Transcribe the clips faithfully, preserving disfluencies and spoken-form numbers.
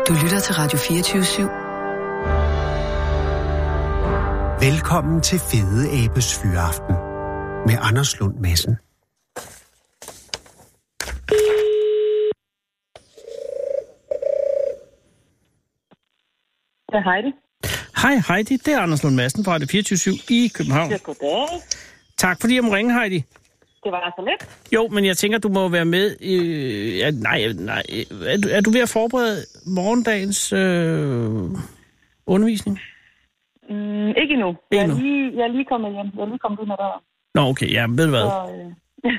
Du lytter til Radio fireogtyve syv. Velkommen til Fede Abes Fyraften med Anders Lund Madsen. Det er Heidi. Hej Heidi, det er Anders Lund Madsen fra Radio fireogtyve syv i København. Ja, goddag. Tak fordi jeg må ringe, Heidi. Det var så lidt. Jo, men jeg tænker, du må være med i... Ja, nej, nej. Er du, er du ved at forberede morgendagens øh, undervisning? Mm, ikke endnu. Ikke jeg, er endnu. lige, jeg er lige kommet hjem. Jeg er lige kommet ud med døren. Nå, okay, ja, ved du hvad? Så, øh...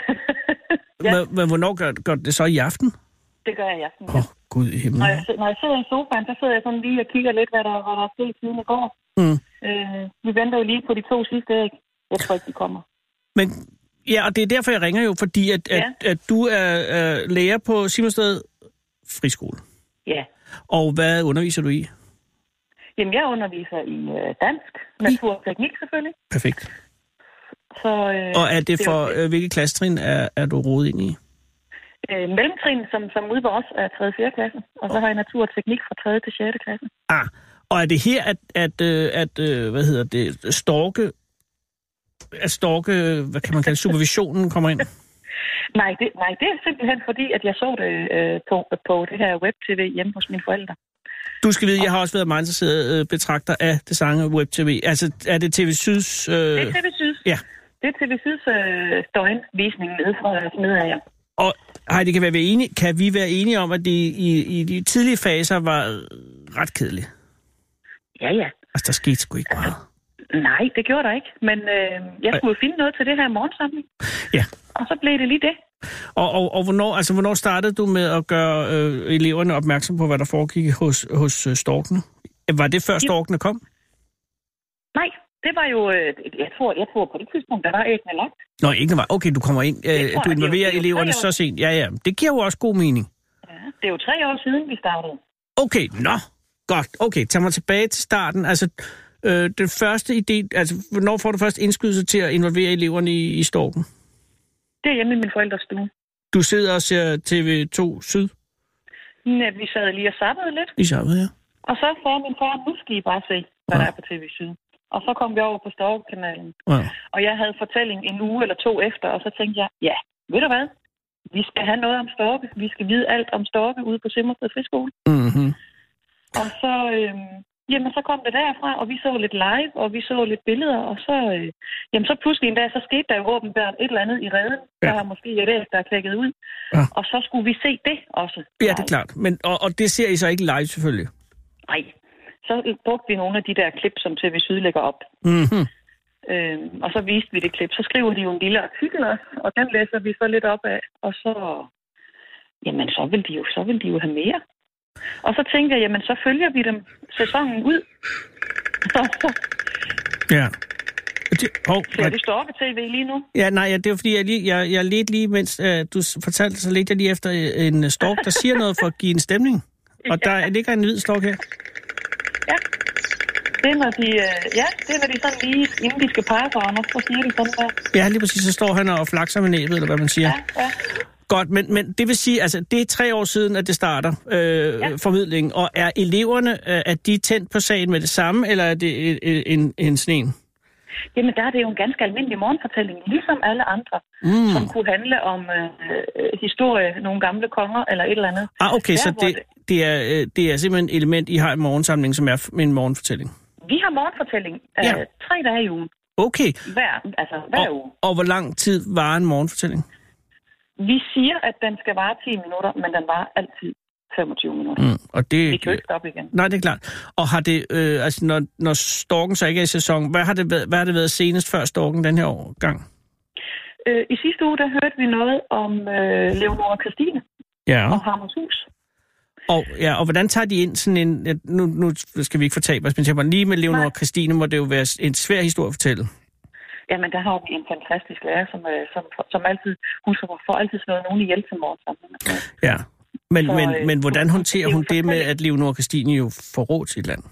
ja. Men, men hvornår gør, gør det så i aften? Det gør jeg i aften. Åh, oh, Gud i himlen. Når jeg, når jeg sidder i sofaen, så sidder jeg sådan lige og kigger lidt, hvad der, hvad der er sket siden i går. Mm. Øh, vi venter jo lige på de to sidste æg. Jeg tror ikke, de kommer. Men, ja, og det er derfor, jeg ringer jo, fordi at, Ja. at, at du er, er lærer på Simonsted Friskole. Ja. Og hvad underviser du i? Jamen, jeg underviser i øh, dansk, natur og teknik selvfølgelig. Perfekt. Så, øh, Og er det det for, jo- øh, hvilke klassetrin er, er du rodet ind i? Øh, mellemtrin, som, som ude på os er tredje og fjerde klasse. Og så har jeg natur og teknik fra tredje til sjette klasse. Ah, og er det her, at, at, øh, at øh, hvad hedder det, storke, at storke, hvad kan man kalde, supervisionen kommer ind? Nej, det, nej, det er simpelthen fordi, at jeg så det øh, på, på det her web-tv hjemme hos mine forældre. Du skal vide, jeg har også været meget interesseret øh, betragter af det sange web-tv. Altså, er det T V Syds... Øh... Det er T V Syds. Ja. Det er T V Syds øh, støjenvisning nede fra Smedager. Og Heidi, kan vi være enige, kan vi være enige om, at det i, i de tidlige faser var ret kedeligt? Ja, ja. Altså, der skete sgu ikke meget. Nej, det gjorde der ikke. Men øh, jeg skulle jo finde noget til det her morgensamling. Ja. Og så blev det lige det. Og, og, og hvornår, altså, hvornår startede du med at gøre øh, eleverne opmærksom på, hvad der foregik hos, hos øh, storkene? Var det før storkene kom? Nej, det var jo... Øh, jeg, tror, jeg tror på det tidspunkt, der var æggene lagt. Nå, ikke var. Okay, du kommer ind. Øh, tror du jeg, det er jo- involverer det er jo eleverne tre år. så sent. Ja, ja. Det giver jo også god mening. Ja, det er jo tre år siden, vi startede. Okay, nå. Godt. Okay, tag mig tilbage til starten. Altså, øh, den første idé... Altså, hvornår får du først indskydelse til at involvere eleverne i, i storken? Det er hjemme i min forældres stue. Du sidder og ser T V to Syd Ja, vi sad lige og sappede lidt. i sammen, ja. Og så sagde min far, nu skal I bare se, hvad Ja. der er på T V Syd. Og så kom vi over på Storkekanalen. ja. Og jeg havde fortælling en uge eller to efter, og så tænkte jeg, ja, ved du hvad? Vi skal have noget om storke. Vi skal vide alt om storke ude på Simonsted Friskole. Mm-hmm. Og så, øhm, jamen, så kom det derfra, og vi så lidt live, og vi så lidt billeder, og så, øh, jamen, så pludselig en dag, så skete der jo åbenbart et eller andet i redden. Ja. Der har måske et æg, der er klækket ud. Ja. Og så skulle vi se det også. Ja, det er klart. Men, og, og det ser I så ikke live, selvfølgelig? Nej. Så brugte vi nogle af de der klip, som T V Syd lægger op. Mm-hmm. Øhm, og så viste vi det klip. Så skriver de jo en lille artikel også, og den læser vi så lidt op af. Og så, jamen, så vil de jo, så vil de jo have mere. Og så tænkte jeg, jamen, så følger vi dem sæsonen ud. Og så Ja. Det, oh, ser du storke-tv lige nu. ja, nej, ja, det er fordi, jeg, lige, jeg, jeg ledte lige, mens uh, du s- fortalte, så ledte jeg lige efter en stork, der siger noget for at give en stemning. Og der ligger en hvid stork her. Ja. Det er, når de, øh, ja, det er, når de sådan lige, inden de skal pege for Anders, så siger de sådan der. Ja, lige præcis, så står han og flakser med næbet, eller hvad man siger. Ja, ja. Godt, men, men det vil sige, altså, det er tre år siden, at det starter, øh, ja. formidlingen. Og er eleverne, øh, er de tændt på sagen med det samme, eller er det en, en, en snen? Jamen, der er det jo en ganske almindelig morgenfortælling, ligesom alle andre, Mm. som kunne handle om øh, øh, historie, nogle gamle konger eller et eller andet. Ah, okay, Der, så hvor det, det, er, øh, det er simpelthen et element, I har i morgensamlingen, som er f- med en morgenfortælling. Vi har morgenfortælling øh, Ja. tre dage i ugen. Okay, Hver, altså hver uge. og, og hvor lang tid var en morgenfortælling? Vi siger, at den skal vare ti minutter, men den var altid femogtyve minutter. Mm, og det, Vi kan jo ikke stoppe igen. Nej, det er klart. Og har det, øh, altså når, når storken så ikke er i sæson, hvad har det været, hvad har det været senest før storken den her år, gang? Øh, I sidste uge, der hørte vi noget om øh, Leonora Christine Ja. og Hammershus. Og, ja, og hvordan tager de ind sådan en... Ja, nu, nu skal vi ikke fortabe os, men jeg lige med Leonora Nej. Christine må det jo være en svær historie at fortælle. Jamen, der har vi en fantastisk lærer, som, øh, som, som altid, hun får altid slået nogen ihjel til morgensamling. Ja, men, Så, men, øh, men hvordan det håndterer er jo hun det med, forfærdeligt. at Leonora Christine jo får råd til et land?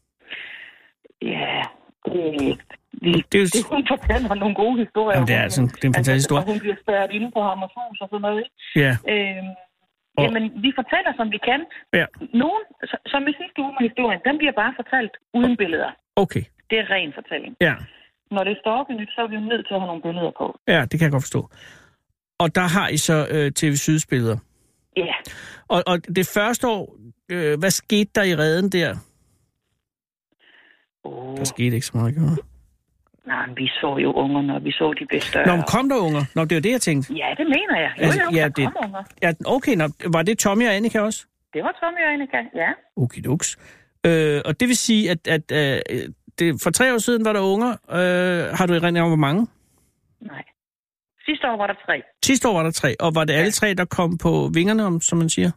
Ja, det, vi, Det er jo- det, hun fortæller nogle gode historier. Jamen, det er Hun- altså- det er en fantastisk historie. Og hun bliver spærret inde på Hammershus og sådan noget. Ja, Øhm, Og... Jamen, vi fortæller, som vi kan. Ja. Nogen, som i sidste uge med historien, den bliver bare fortalt uden billeder. Okay. Det er ren fortælling. Ja. Når det er stalkenyt, så er vi jo nødt til at have nogle billeder på. Ja, det kan jeg godt forstå. Og der har I så øh, T V Syds billeder. Ja. Og, og det første år, øh, hvad skete der i Reden der? Oh. Der skete ikke så meget, gjorde der? Nej, vi så jo ungerne, og vi så de bedste. Nå, men kom der unger? Nå, det var det, jeg tænkte. Ja, det mener jeg. Jo, Altså, jo, ja, der det- kom unger. Ja, okay, nå, var det Tommy og Annika også? Det var Tommy og Annika, ja. Okidoks. Øh, og det vil sige, at, at øh, det, for tre år siden var der unger. Øh, har du erindring om, hvor mange? Nej. Sidste år var der tre. Sidste år var der tre, og var det alle tre, der kom på vingerne, om, som man siger?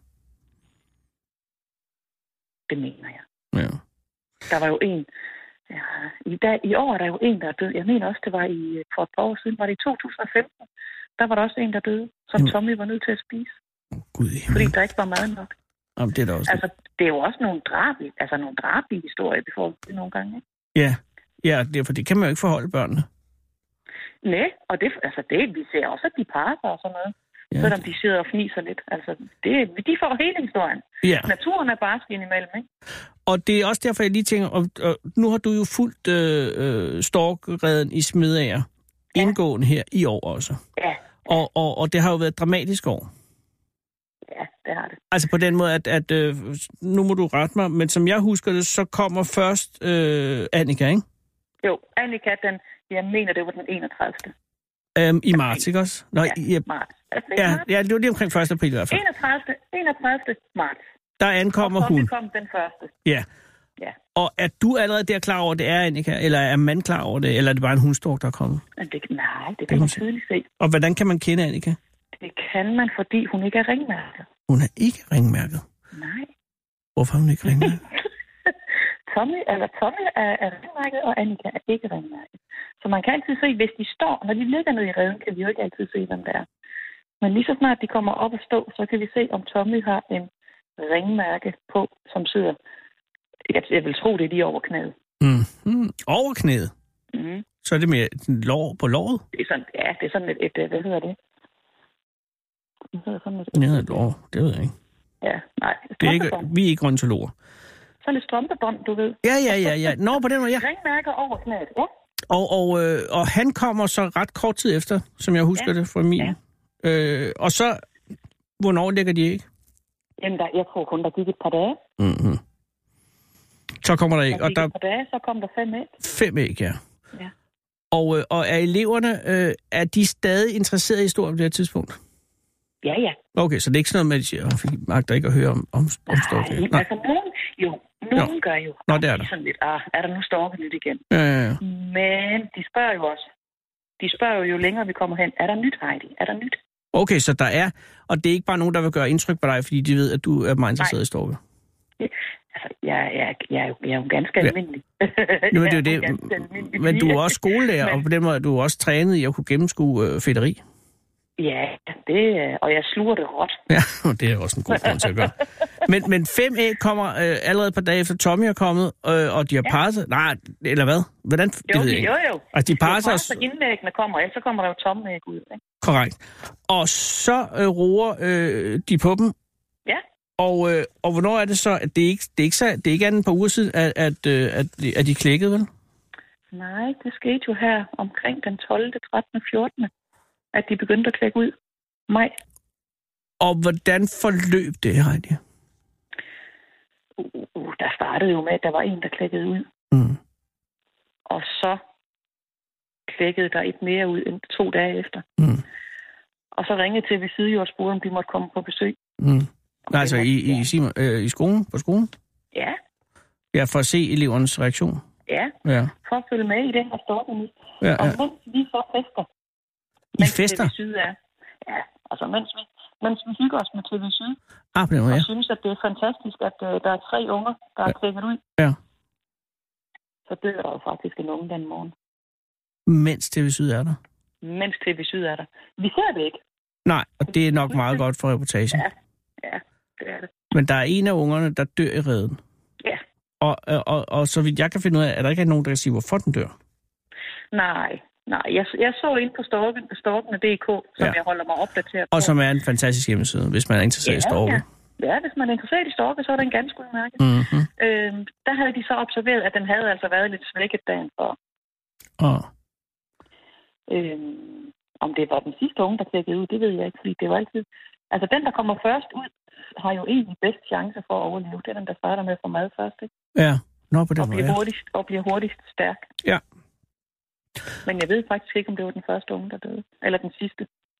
Det mener jeg. Ja. Der var jo en... Ja, i, dag, I år er der jo en, der er død. Jeg mener også, det var i, for et par år siden. Var det i to tusind og femten? Der var der også en, der døde, som Jamen. Tommy var nødt til at spise. Oh, Gud i Fordi himlen. der ikke var mad nok. Jamen, det er der også. Altså, det er jo også nogle drabige, altså nogle drabige historier, vi får det nogle gange, ikke? Ja, ja, det er, for det kan man jo ikke forholde børnene. Nej, og det, altså det, vi ser også, at de parer sig og sådan noget. Ja, Selvom de sidder og fniser lidt. Altså, det, de får hele historien. ja. Naturen er bare skin imellem, ikke? Og det er også derfor, jeg lige tænker, og, og nu har du jo fulgt øh, øh, Storkereden i Smedager Ja. indgående her i år også. Ja, Og, og, og det har jo været et dramatisk år. ja, det har det. Altså på den måde, at, at øh, nu må du rette mig, men som jeg husker det, så kommer først øh, Annika, ikke? Jo, Annika, den, jeg mener, det var den enogtredivte Øhm, I marts, ikke også? Nå, Ja, ja, marts. Altså, det er ja, marts. ja, det var lige omkring første april i hvert fald. enogtredivte enogtredivte marts. Der ankommer og Tommy hun. kom den første. Ja. Ja, Og er du allerede der klar over, at det er Annika? Eller er man klar over det? Eller er det bare en hundstork, der er kommet? men det, nej, det kan kan man man se. tydeligt se. Og hvordan kan man kende Annika? Det kan man, fordi hun ikke er ringmærket. Hun er ikke ringmærket. Nej. Hvorfor er hun ikke ringmærket? Tommy, eller Tommy er, er ringmærket, og Annika er ikke ringmærket. Så man kan altid se, hvis de står, når de ligger nede i reden, kan vi jo ikke altid se, hvem det er. Men lige så snart de kommer op og stå, så kan vi se, om Tommy har en ringmærke på, som sidder, jeg, jeg vil tro, det er lige over knæet. Mm. Mm. Over knæet. Mm. Så er det mere lår på låret? Det er sådan, ja, det er sådan et, et, et hvad hedder det? Hvad hedder sådan et, Ja, et lår. Det ved jeg ikke. Ja, nej. Det er ikke, Strømpebånd. vi er ikke røntologer. Så lidt strømpebånd, du ved. Ja, ja, ja, ja. Nå, på den måde, ja. Ringmærker over knæet, ja. Og, og, øh, og han kommer så ret kort tid efter, som jeg husker Ja. det fra min. Ja. Øh, og så, hvornår lægger de ikke? Jamen, der, jeg tror kun, der gik et par dage. Mm-hmm. Så kommer der Der ikke, og gik der et par dage, så kom der fem æg. fem æg, ja. Ja. Og, øh, og er eleverne, øh, er de stadig interesserede i historien på det her tidspunkt? Ja, ja. Okay, så det er ikke sådan noget med, at de siger, at vi magter ikke at høre om, om, om storken. Nej, altså nogen, jo, nogen gør jo. Nå, det er der. Sådan lidt, ah, er der nu storken nyt igen? Ja, ja, ja. Men de spørger jo også. De spørger jo, jo længere vi kommer hen, er der nyt, Heidi? Er der nyt? Okay, så der er, og det er ikke bare nogen, der vil gøre indtryk på dig, fordi de ved, at du er meget interesseret Nej. i storken. Altså, jeg, jeg, jeg, er jo, jeg er jo ganske Ja. almindelig. Jo, men det er Jeg jo en ganske det. almindelig Men du pige. er også skolelærer, Men- og på den måde er du også trænet i at kunne gennemskue øh, fedteri. Ja, det, er- og jeg sluger det råt. Ja, og det er også en god grund til at gøre. Men, men fem æg kommer øh, allerede et par dage efter Tommy er kommet, øh, og de har Ja. parret sig. Nej, eller hvad? Hvordan? Det Jo, ved jeg jo, ikke. jo. Altså, de parrer Det er sig bare, så indlæggene kommer, ellers så kommer der jo tomme æg ud. Ikke? korrekt. Og så øh, roer øh, de på dem. Ja. Og, øh, og hvornår er det så? At det, er ikke, det, er ikke så, det er ikke andet et par uger siden, at, at, øh, at, de- at de klikkede, vel? Nej, det skete jo her omkring den tolvte, trettende, fjortende at de begyndte at klække ud. Maj. Og hvordan forløb det, Heidi? Uh, uh, der startede jo med, at der var en, der klækkede ud. Mm. Og så klækkede der et mere ud end to dage efter. Mm. Og så ringede T V Syd jo og spurgte, om de måtte komme på besøg. Mm. Nej, altså i, i, Ja. Simon, øh, i skolen? På skolen? Ja, Ja, for at se elevernes reaktion. ja. Ja, For at følge med i den her storken. ja, Og ja. mens vi så fester. I mens fester? T V Syd er. Ja, altså mens vi, mens vi hygger os med T V Syd. Ah, på den måde, Og ja. synes, at det er fantastisk, at uh, der er tre unger, der er klækket ud. Ja. Så dør der jo faktisk en unge den morgen. Mens T V Syd er der. Mens T V Syd er der. Vi ser det ikke. Nej, og det er nok meget godt for reportagen. Ja, ja, det er det. Men der er en af ungerne, der dør i reden. Ja. Og, og, og, og så vidt jeg kan finde ud af, er der ikke nogen, der kan sige, hvorfor den dør. Nej, Nej, jeg, jeg så ind på storken, på storkene punktum d k, som ja. jeg holder mig opdateret på. Og som er en fantastisk hjemmeside, hvis man er interesseret ja, i storke. Ja. ja, hvis man er interesseret i storke, så er den ganske udmærket. Mm-hmm. Øhm, der havde de så observeret, at den havde altså været lidt svækket dagen før. Oh. Øhm, om det var den sidste unge, der klikkede ud, det ved jeg ikke, fordi det var altid... Altså, den, der kommer først ud, har jo egentlig bedst chance for at overleve. Det er den, der starter med at få mad først, ikke? Ja, nå på den og måde, bliver ja. hurtigst, og bliver hurtigst stærk. Ja. Men jeg ved faktisk ikke, om det var den første unge, der døde. Eller den sidste.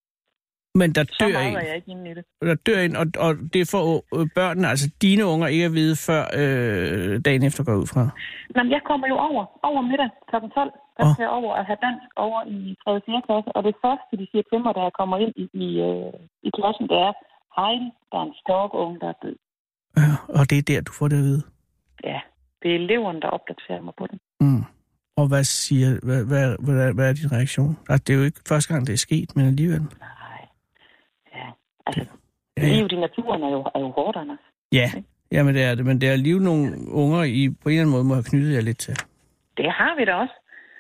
Men der Så dør meget en. er jeg ikke inde i det. Der dør en, og, og det får øh, børnene, altså dine unger, ikke at vide, før øh, dagen efter går ud fra. Jamen, jeg kommer jo over. Over middag klokken tolv. Der skal jeg over at have dansk over i tredje og fjerde klasse. Og det første, de siger til mig, da jeg kommer ind i, i, øh, i klassen, det er, hej, der er en storkunge, der er død. Ja, og det er der, du får det at vide? Ja, det er eleverne, der opdaterer mig på den. Mm. Og hvad siger, hvad, hvad, hvad, hvad er din reaktion? Altså, det er jo ikke første gang, det er sket, men alligevel. Nej, ja, altså, ja, ja. livet i naturen er jo, er jo hårdt, Anders. Ja, jamen det er det, men det er alligevel nogle unger, I på en eller anden måde må have knyttet jer lidt til. Det har vi da også.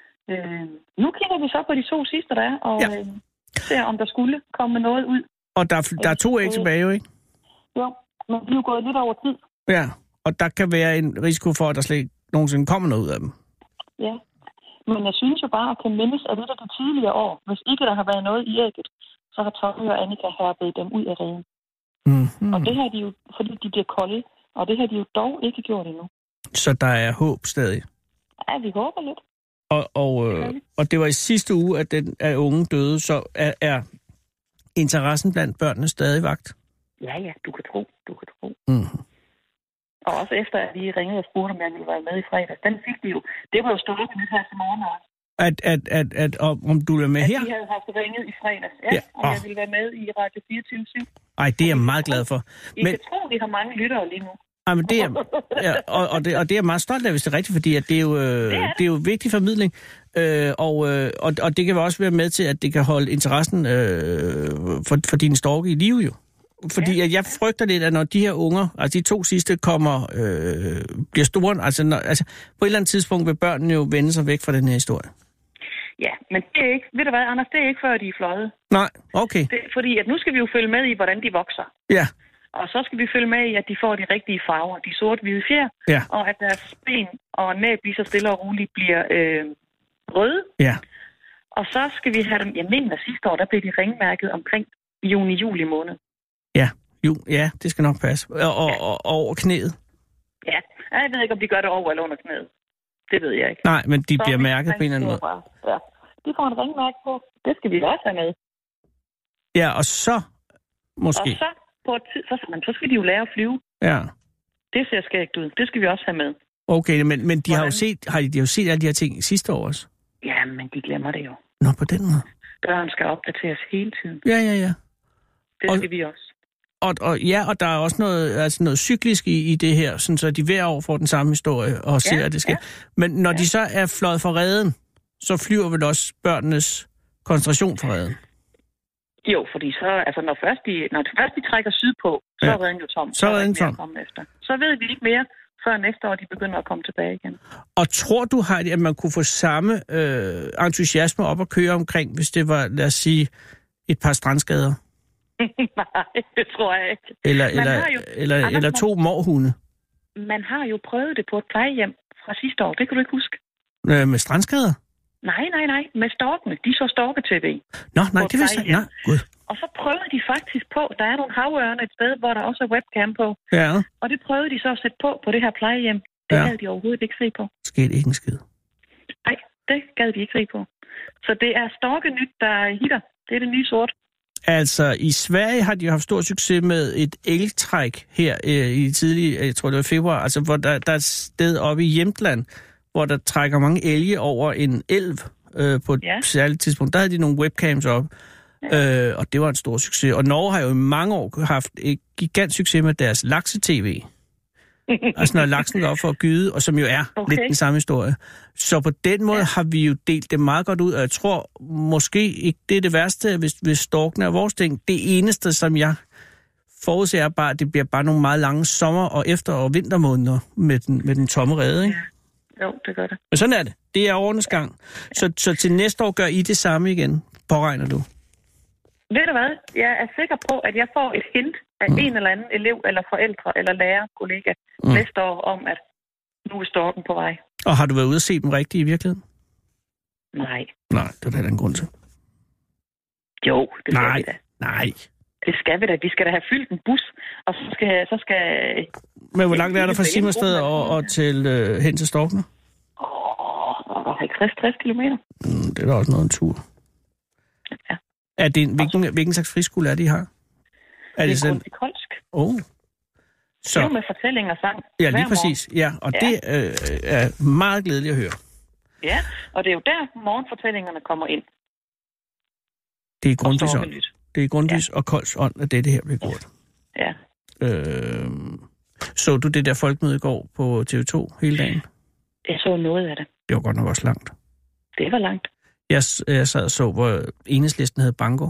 Øh, nu kigger vi så på de to sidste, der er, og ja. øh, ser, om der skulle komme noget ud. Og der, der er to æg tilbage, jo ikke? Jo, men de er jo gået lidt over tid. Ja, og der kan være en risiko for, at der slet ikke nogensinde kommer noget ud af dem. Ja, men jeg synes jo bare, at kan mindes, at det der de tidligere år, hvis ikke der har været noget i ægget, så har Tommy og Annika herbet dem ud af reden. Mm-hmm. Og det har de jo, fordi de bliver kolde, og det har de jo dog ikke gjort endnu. Så der er håb stadig? Ja, vi håber lidt. Og, og, øh, og det var i sidste uge, at den af unge døde, så er, er interessen blandt børnene stadig vagt? Ja, ja, du kan tro, du kan tro. Mm. Og også efter, at vi ringede og spurgte, om jeg ville være med i fredag. Den fik de jo. Det var jo stået nyt her til morgen også. At, at, at, at om, om du er med at her? At de havde haft ringet i fredags, ja, ja. Og oh. jeg ville være med i Radio fireogtyve syv. Ej, det er jeg meget glad for. I men... kan tro, vi har mange lyttere lige nu. Ej, men det er, ja, og, og, det, og det er jeg meget stolt af, hvis det er rigtigt, fordi at det, er jo, øh, det, er det. det er jo vigtig formidling. Øh, og, øh, og, og det kan også være med til, at det kan holde interessen øh, for, for dine storke i live jo. Fordi ja. at jeg frygter lidt, at når de her unger, altså de to sidste kommer, øh, bliver store, altså, når, altså på et eller andet tidspunkt vil børnene jo vende sig væk fra den her historie. Ja, men det er ikke, ved du hvad, Anders, det er ikke før, de er fløjet. Nej, okay. Det, fordi at nu skal vi jo følge med i, hvordan de vokser. Ja. Og så skal vi følge med i, at de får de rigtige farver, de sort-hvide fjer, ja. og at deres ben og næb lige så stille og roligt bliver øh, røde. Ja. Og så skal vi have dem, jeg mener sidste år, der blev de ringmærket omkring juni-juli måned. Ja, jo, ja, det skal nok passe. Og, og, og over knæet? Ja, jeg ved ikke, om de gør det over eller under knæet. Det ved jeg ikke. Nej, men de så bliver mærket på en eller anden måde. Ja, de får en ringmærke på. Det skal vi også have med. Ja, og så måske... Og så, på et tid, så, man, så skal de jo lære at flyve. Ja. Det ser skægt ud. Det skal vi også have med. Okay, men, men de Hvordan? har jo set, har de, de har jo set alle de her ting sidste år også? Ja, men de glemmer det jo. Nå, på den måde. Børn skal opdateres hele tiden. Ja, ja, ja. Det skal og... vi også. Og, og, ja, og der er også noget, altså noget cyklisk i, i det her, sådan så de hver år får den samme historie og ser, ja, at det sker. Ja. Men når ja. de så er fløjet fra reden, så flyver vel også børnenes koncentration fra reden? Jo, fordi så, altså når først de, når først de trækker sydpå, så ja. er reden jo tom. Så er reden tom. Efter. Så ved vi ikke mere, før næste år de begynder at komme tilbage igen. Og tror du, Heidi, at man kunne få samme øh, entusiasme op at køre omkring, hvis det var, lad os sige, et par strandskader? Nej, det tror jeg ikke. Eller, eller, jo, eller, Anders, eller to morhunde. Man har jo prøvet det på et plejehjem fra sidste år. Det kan du ikke huske. Øh, med strandskader? Nej, nej, nej. Med storkene. De så storke-tv. Nå, nej, det vil sige. Nej, gud. Og så prøvede de faktisk på, der er nogle havørne et sted, hvor der også er webcam på. Ja. Og det prøvede de så at sætte på på det her plejehjem. Det ja. havde de overhovedet ikke se på. Skete ikke en skid. Nej, det gad de ikke se på. Så det er storke-nyt, der hitter. Det er det nye sort. Altså, i Sverige har de jo haft stor succes med et elgtræk her øh, i tidlig, jeg tror det var februar, altså hvor der, der er et sted oppe i Jämtland, hvor der trækker mange elge over en elv øh, på et ja. særligt tidspunkt. Der havde de nogle webcams op, ja. øh, og det var en stor succes. Og Norge har jo i mange år haft et gigant succes med deres lakse-tv. Altså når laksen går op for at gyde, og som jo er okay. lidt den samme historie. Så på den måde ja. har vi jo delt det meget godt ud, og jeg tror måske ikke, det er det værste, hvis, hvis storkene er vores ting. Det eneste, som jeg forudser, er bare, at det bliver bare nogle meget lange sommer- og efter- og vintermåneder med den, med den tomme rede, ikke? Jo, det gør det. Men sådan er det. Det er årenes gang. Ja. Så, så til næste år gør I det samme igen, påregner du? Ved du hvad? Jeg er sikker på, at jeg får et hint af mm. en eller anden elev, eller forældre, eller lærer, kollega mm. næste år om, at nu er storken på vej. Og har du været ude at se dem rigtigt i virkeligheden? Nej. Nej, det er der en grund til. Jo, det skal nej, vi da. Nej, Det skal vi da. Vi skal da have fyldt en bus, og så skal... Så skal Men hvor langt er der fra Simmersted og, og til, øh, hen til Storken? Åh, halvtreds til tres kilometer. Mm, det er da også noget en tur. Ja. Er det en, hvilken, hvilken slags friskole er det, I har? Er det, det sådan? Det er kolsk. Åh. Oh. Så. Det er med fortællinger og sang. Ja, lige præcis. Ja, og ja. det øh, er meget glædeligt at høre. Ja, og det er jo der, morgenfortællingerne kommer ind. Det er Grundtvigs ånd. Det er Grundtvigs ja. og Kolds ånd, at det, det her bliver gjort. Ja. Øh, så du det der folkemøde i går på T V to hele dagen? Jeg så noget af det. Det var godt nok også langt. Det var langt. Jeg, jeg sad og så, hvor Enhedslisten havde banko.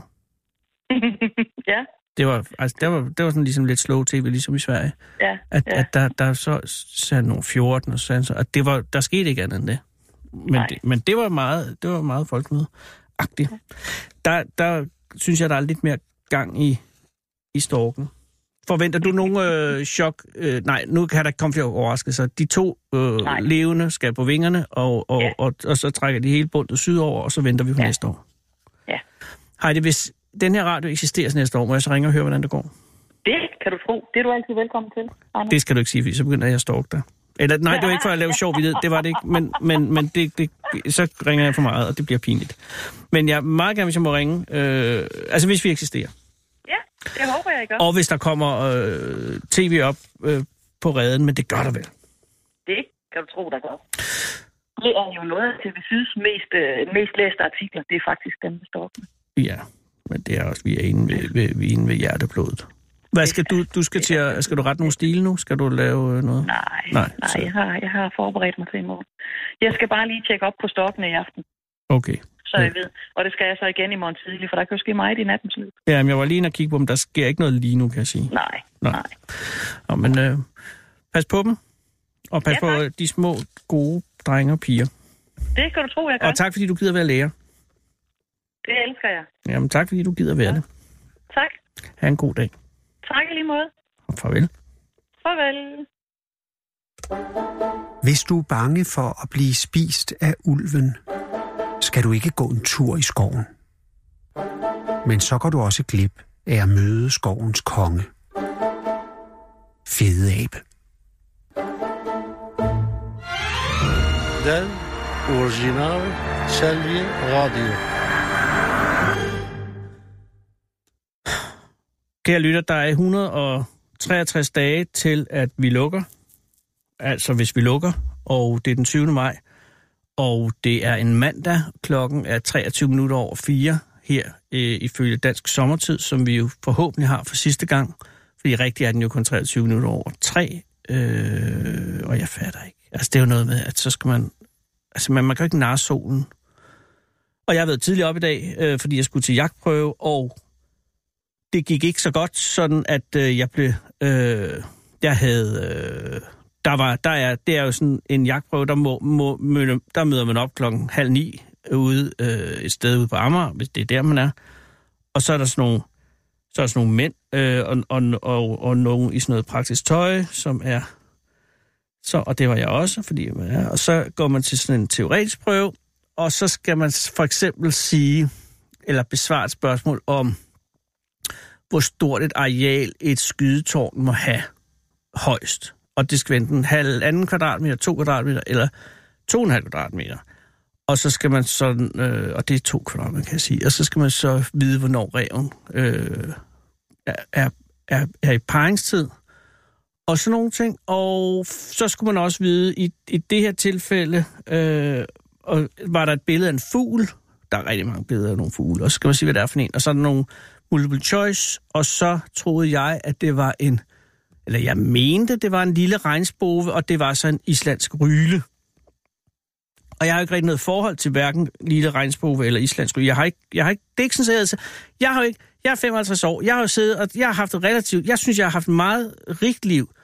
Ja. Det var, altså, det, var, det var sådan ligesom lidt slow tv, ligesom i Sverige. Ja, at, ja. at der, der så sagde nogle fjorten, og så, at det var, der skete ikke andet end det. Men, det, men det var meget, det var meget folkemøde-agtigt. Ja. Der, der synes jeg, der er lidt mere gang i, i storken. Forventer du nogle øh, chok? Øh, nej, nu kan der ikke komme flere overraskelser. De to øh, levende skal på vingerne, og, og, ja. og, og, og så trækker de hele bundet sydover, og så venter vi på ja. næste år. Ja. Heidi, hvis den her radio eksisterer næste år, må jeg så ringe og høre, hvordan det går? Det kan du tro. Det er du altid velkommen til, Anders. Det skal du ikke sige, fordi så begynder jeg at stalke dig. Eller nej, det var ikke for at lave sjov vidtighed, det var det ikke, men, men, men det, det, så ringer jeg for meget, og det bliver pinligt. Men jeg meget gerne, hvis jeg må ringe, øh, altså hvis vi eksisterer. Ja, det håber jeg ikke. Og hvis der kommer øh, tv op øh, på reden, men det gør der vel? Det kan du tro, der gør. Det er jo noget af T V Syds mest, øh, mest læste artikler, det er faktisk dem, der står med. Ja, men det er også, vi er inde ved, ved, vi er inde ved hjerteblodet. Hvad skal du, du skal til at, skal du rette nogle stile nu? Skal du lave noget? Nej, nej, nej jeg, har, jeg har forberedt mig til i morgen. Jeg skal bare lige tjekke op på stokkene i aften. Okay. Så jeg ved. Og det skal jeg så igen i morgen tidlig, for der kan jo ske meget i nattens løb. Ja, men jeg var lige inde og kigge på dem. Der sker ikke noget lige nu, kan jeg sige. Nej, nej. nej. Nå, men øh, pas på dem. Og pas ja, på de små, gode drenge og piger. Det skal du tro, jeg gør. Og tak, fordi du gider være lærer. Det elsker jeg. Jamen, tak, fordi du gider være ja. det. Tak. Ha' en god dag. Tak i lige måde. Og farvel. Farvel. Hvis du er bange for at blive spist af ulven, skal du ikke gå en tur i skoven. Men så går du også glip af at møde skovens konge. Fede abe. Den original Selvi Radio. Kære lytter, der er et hundrede og treogtres dage til, at vi lukker. Altså, hvis vi lukker. Og det er den tyvende maj. Og det er en mandag. Klokken er treogtyve minutter over fire her øh, ifølge dansk sommertid, som vi jo forhåbentlig har for sidste gang. Fordi rigtig er den jo kun treogtyve minutter over tre. Øh, og jeg fatter ikke. Altså, det er jo noget med, at så skal man... Altså, man, man kan jo ikke narre solen. Og jeg har været tidligere op i dag, øh, fordi jeg skulle til jagtprøve, og det gik ikke så godt, sådan at øh, jeg blev... Øh, jeg havde... Øh, der var, der er, det er jo sådan en jagtprøve, der, må, må, møde, der møder man op klokken halv ni ude øh, et sted ude på Amager, hvis det er der, man er. Og så er der sådan nogle, så er der sådan nogle mænd, øh, og, og, og, og nogen i sådan noget praktisk tøj, som er... Så, og det var jeg også, fordi man er. Og så går man til sådan en teoretisk prøve, og så skal man for eksempel sige, eller besvare et spørgsmål om, hvor stort et areal et skydetårn må have højst. Og det skal enten halv anden kvadratmeter, to kvadratmeter, eller to og en halv kvadratmeter. Og så skal man sådan, øh, og det er to kvadratmeter, kan jeg sige, og så skal man så vide, hvornår ræven øh, er, er, er, er i paringstid, og sådan nogle ting. Og så skulle man også vide, i, i det her tilfælde, øh, og var der et billede af en fugl. Der er rigtig mange billeder af nogle fugle, og så skal man sige, hvad det er for en. Og så er der nogle multiple choice, og så troede jeg, at det var en, eller jeg mente, det var en lille regnsbove, og det var så en islandsk ryle. Og jeg har ikke rigtig noget forhold til hverken lille regnsbove eller islandsk ryle. Jeg har ikke, jeg har ikke, det er ikke sådan, at jeg, jeg har ikke, jeg er femoghalvtreds år, jeg har jo siddet, og jeg har haft et relativt, jeg synes, jeg har haft et meget rigt liv.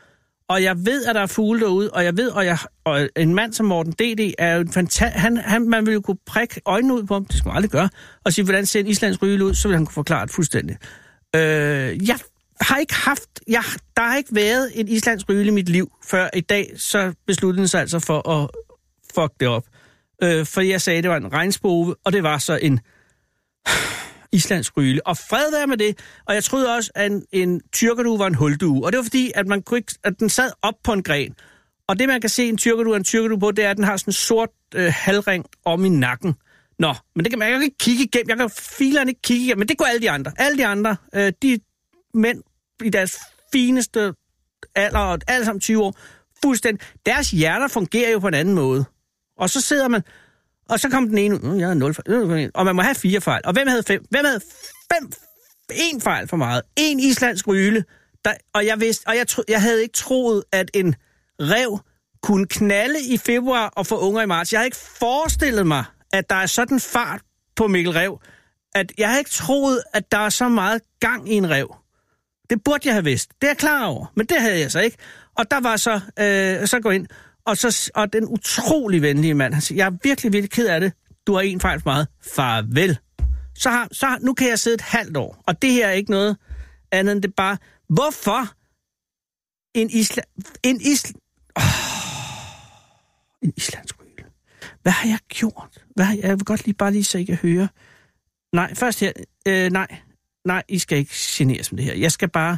Og jeg ved, at der er fugle derude, og jeg ved, og, jeg, og en mand som Morten D D er jo en fantastisk... Han, han, man ville jo kunne prikke øjnene ud på ham, det skal man aldrig gøre, og sige, hvordan ser en islandsk ryle ud, så vil han kunne forklare det fuldstændig. Øh, jeg har ikke haft... Jeg, der har ikke været en islandsk ryle i mit liv, før i dag, så besluttede den sig altså for at fuck det op. Øh, for jeg sagde, at det var en regnspove, og det var så en islandsk ryle. Og fred være med det. Og jeg troede også, at en, en tyrkerdue var en huldue. Og det var fordi, at, man kunne ikke, at den sad op på en gren. Og det, man kan se en tyrkerdue og en tyrkerdue på, det er, at den har sådan en sort øh, halvring om i nakken. Nå, men det kan man jeg kan ikke kigge igennem. Jeg kan filerne ikke kigge igennem. Men det går alle de andre. Alle de andre, øh, de mænd i deres fineste alder, og alle sammen tyve år, fuldstændig. Deres hjerter fungerer jo på en anden måde. Og så sidder man, og så kommer den ene ud, jeg har nul fejl, og man må have fire fejl. Og hvem havde fem? Hvem havde fem? En fejl for meget. En islandsk ryle. Der, og jeg vidste, og jeg, tro, jeg havde ikke troet, at en ræv kunne knalde i februar og få unger i marts. Jeg havde ikke forestillet mig, at der er sådan fart på Mikkel Ræv, at jeg havde ikke troet, at der er så meget gang i en ræv. Det burde jeg have vidst. Det er jeg klar over, men det havde jeg så ikke. Og der var så, øh, så gå ind, og, så, og den utrolig venlige mand, han siger, jeg er virkelig, virkelig ked af det. Du har en fejl for meget. Farvel. Så, har, så har, nu kan jeg sidde et halvt år, og det her er ikke noget andet end det bare, hvorfor en isla... En isla... Oh, en islandsk ryle. Hvad har jeg gjort? Hvad har jeg, jeg vil godt lige bare lige så I kan høre. Nej, først her. Øh, nej, nej, I skal ikke generes med det her. Jeg skal bare...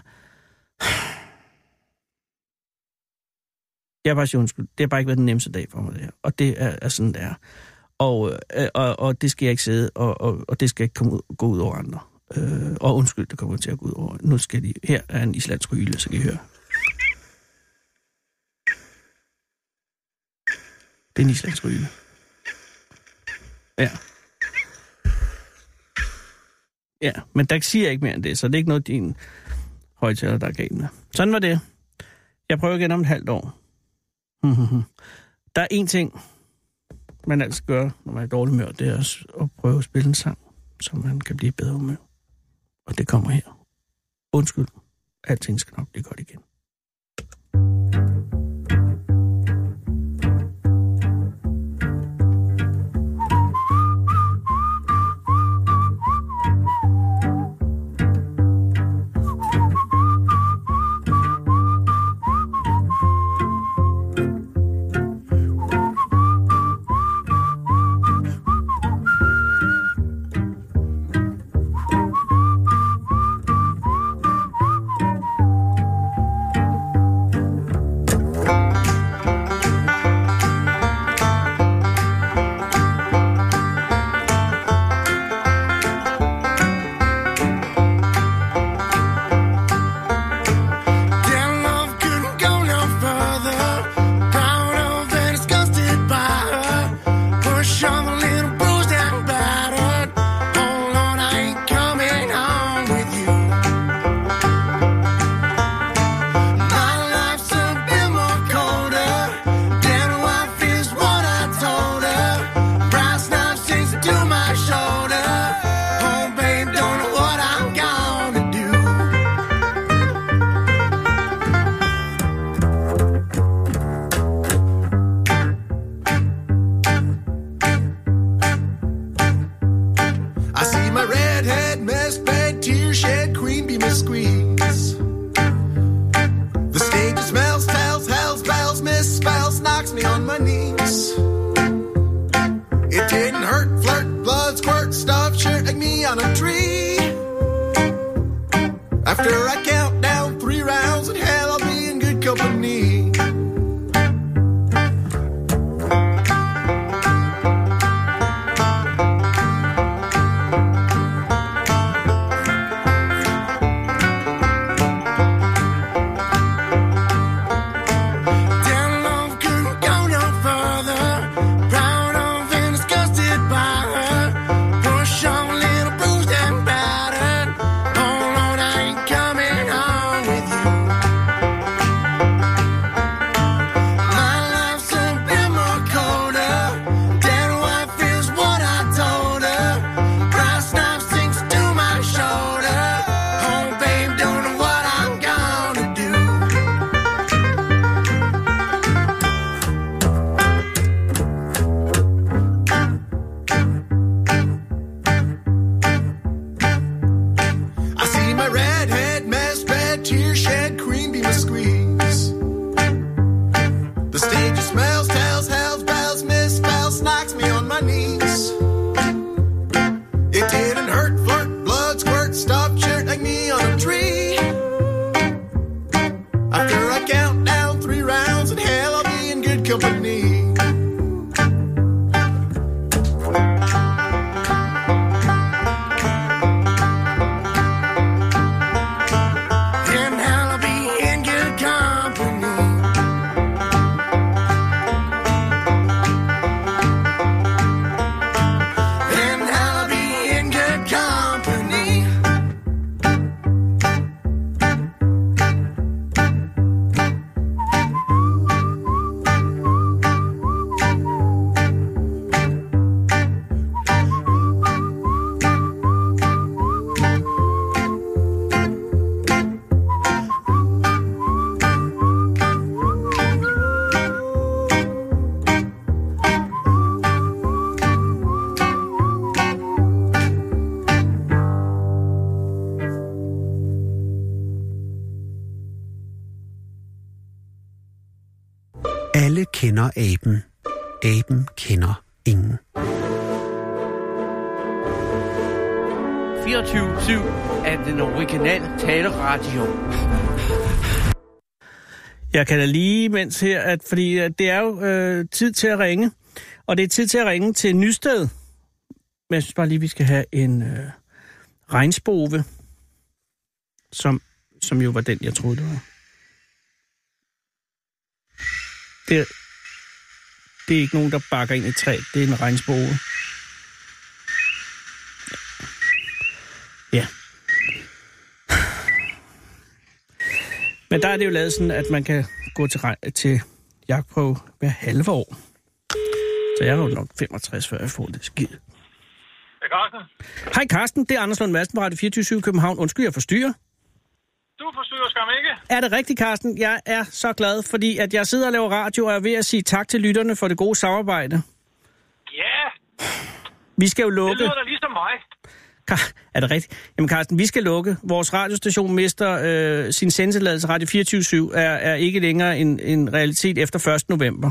Jeg er bare sige undskyld. Det har bare ikke været den nemmeste dag for mig, det her. Og det er, er sådan, det er. Og, øh, og, og det skal jeg ikke sidde, og, og, og det skal ikke komme ud, gå ud over andre. Øh, og undskyld, det kommer til at gå ud over. Nu skal de... Her er en islandsk ryle, så kan I høre. Det er en islandsk ryle. Ja. Ja, men der siger jeg ikke mere end det, så det er ikke noget, din højtaler, der er galt med. Sådan var det. Jeg prøver igen om et halvt år. Der er en ting, man altid gør, når man er dårlig humør, det er at prøve at spille en sang, så man kan blive bedre humør. Og det kommer her. Undskyld. Alting skal nok blive godt igen. Alle kender aben. Aben kender ingen. fireogtyve syv er den originale taleradio. Jeg kan da lige mens her, at fordi det er jo øh, tid til at ringe, og det er tid til at ringe til Nysted. Men jeg synes bare lige, vi skal have en øh, regnspove, som, som jo var den, jeg troede, det var. Det, det er ikke nogen, der bakker ind i træ. Det er en regnspove. Ja. Men der er det jo lavet sådan, at man kan gå til, til jagtprøve hver halve år. Så jeg er jo nok femogtres, før jeg får det skid. Hej Carsten. Hej Carsten, det er Anders Lund Madsen på Radio fireogtyve syv København. Undskyld, jeg forstyrrer. Du forstyrrer skam ikke. Er det rigtigt, Carsten? Jeg er så glad, fordi at jeg sidder og laver radio, og er ved at sige tak til lytterne for det gode samarbejde. Ja. Vi skal jo lukke... Det lyder da ligesom mig. Er det rigtigt? Jamen Carsten, vi skal lukke. Vores radiostation mister øh, sin sendetilladelse. Radio fireogtyve syv er, er ikke længere en, en realitet efter første november.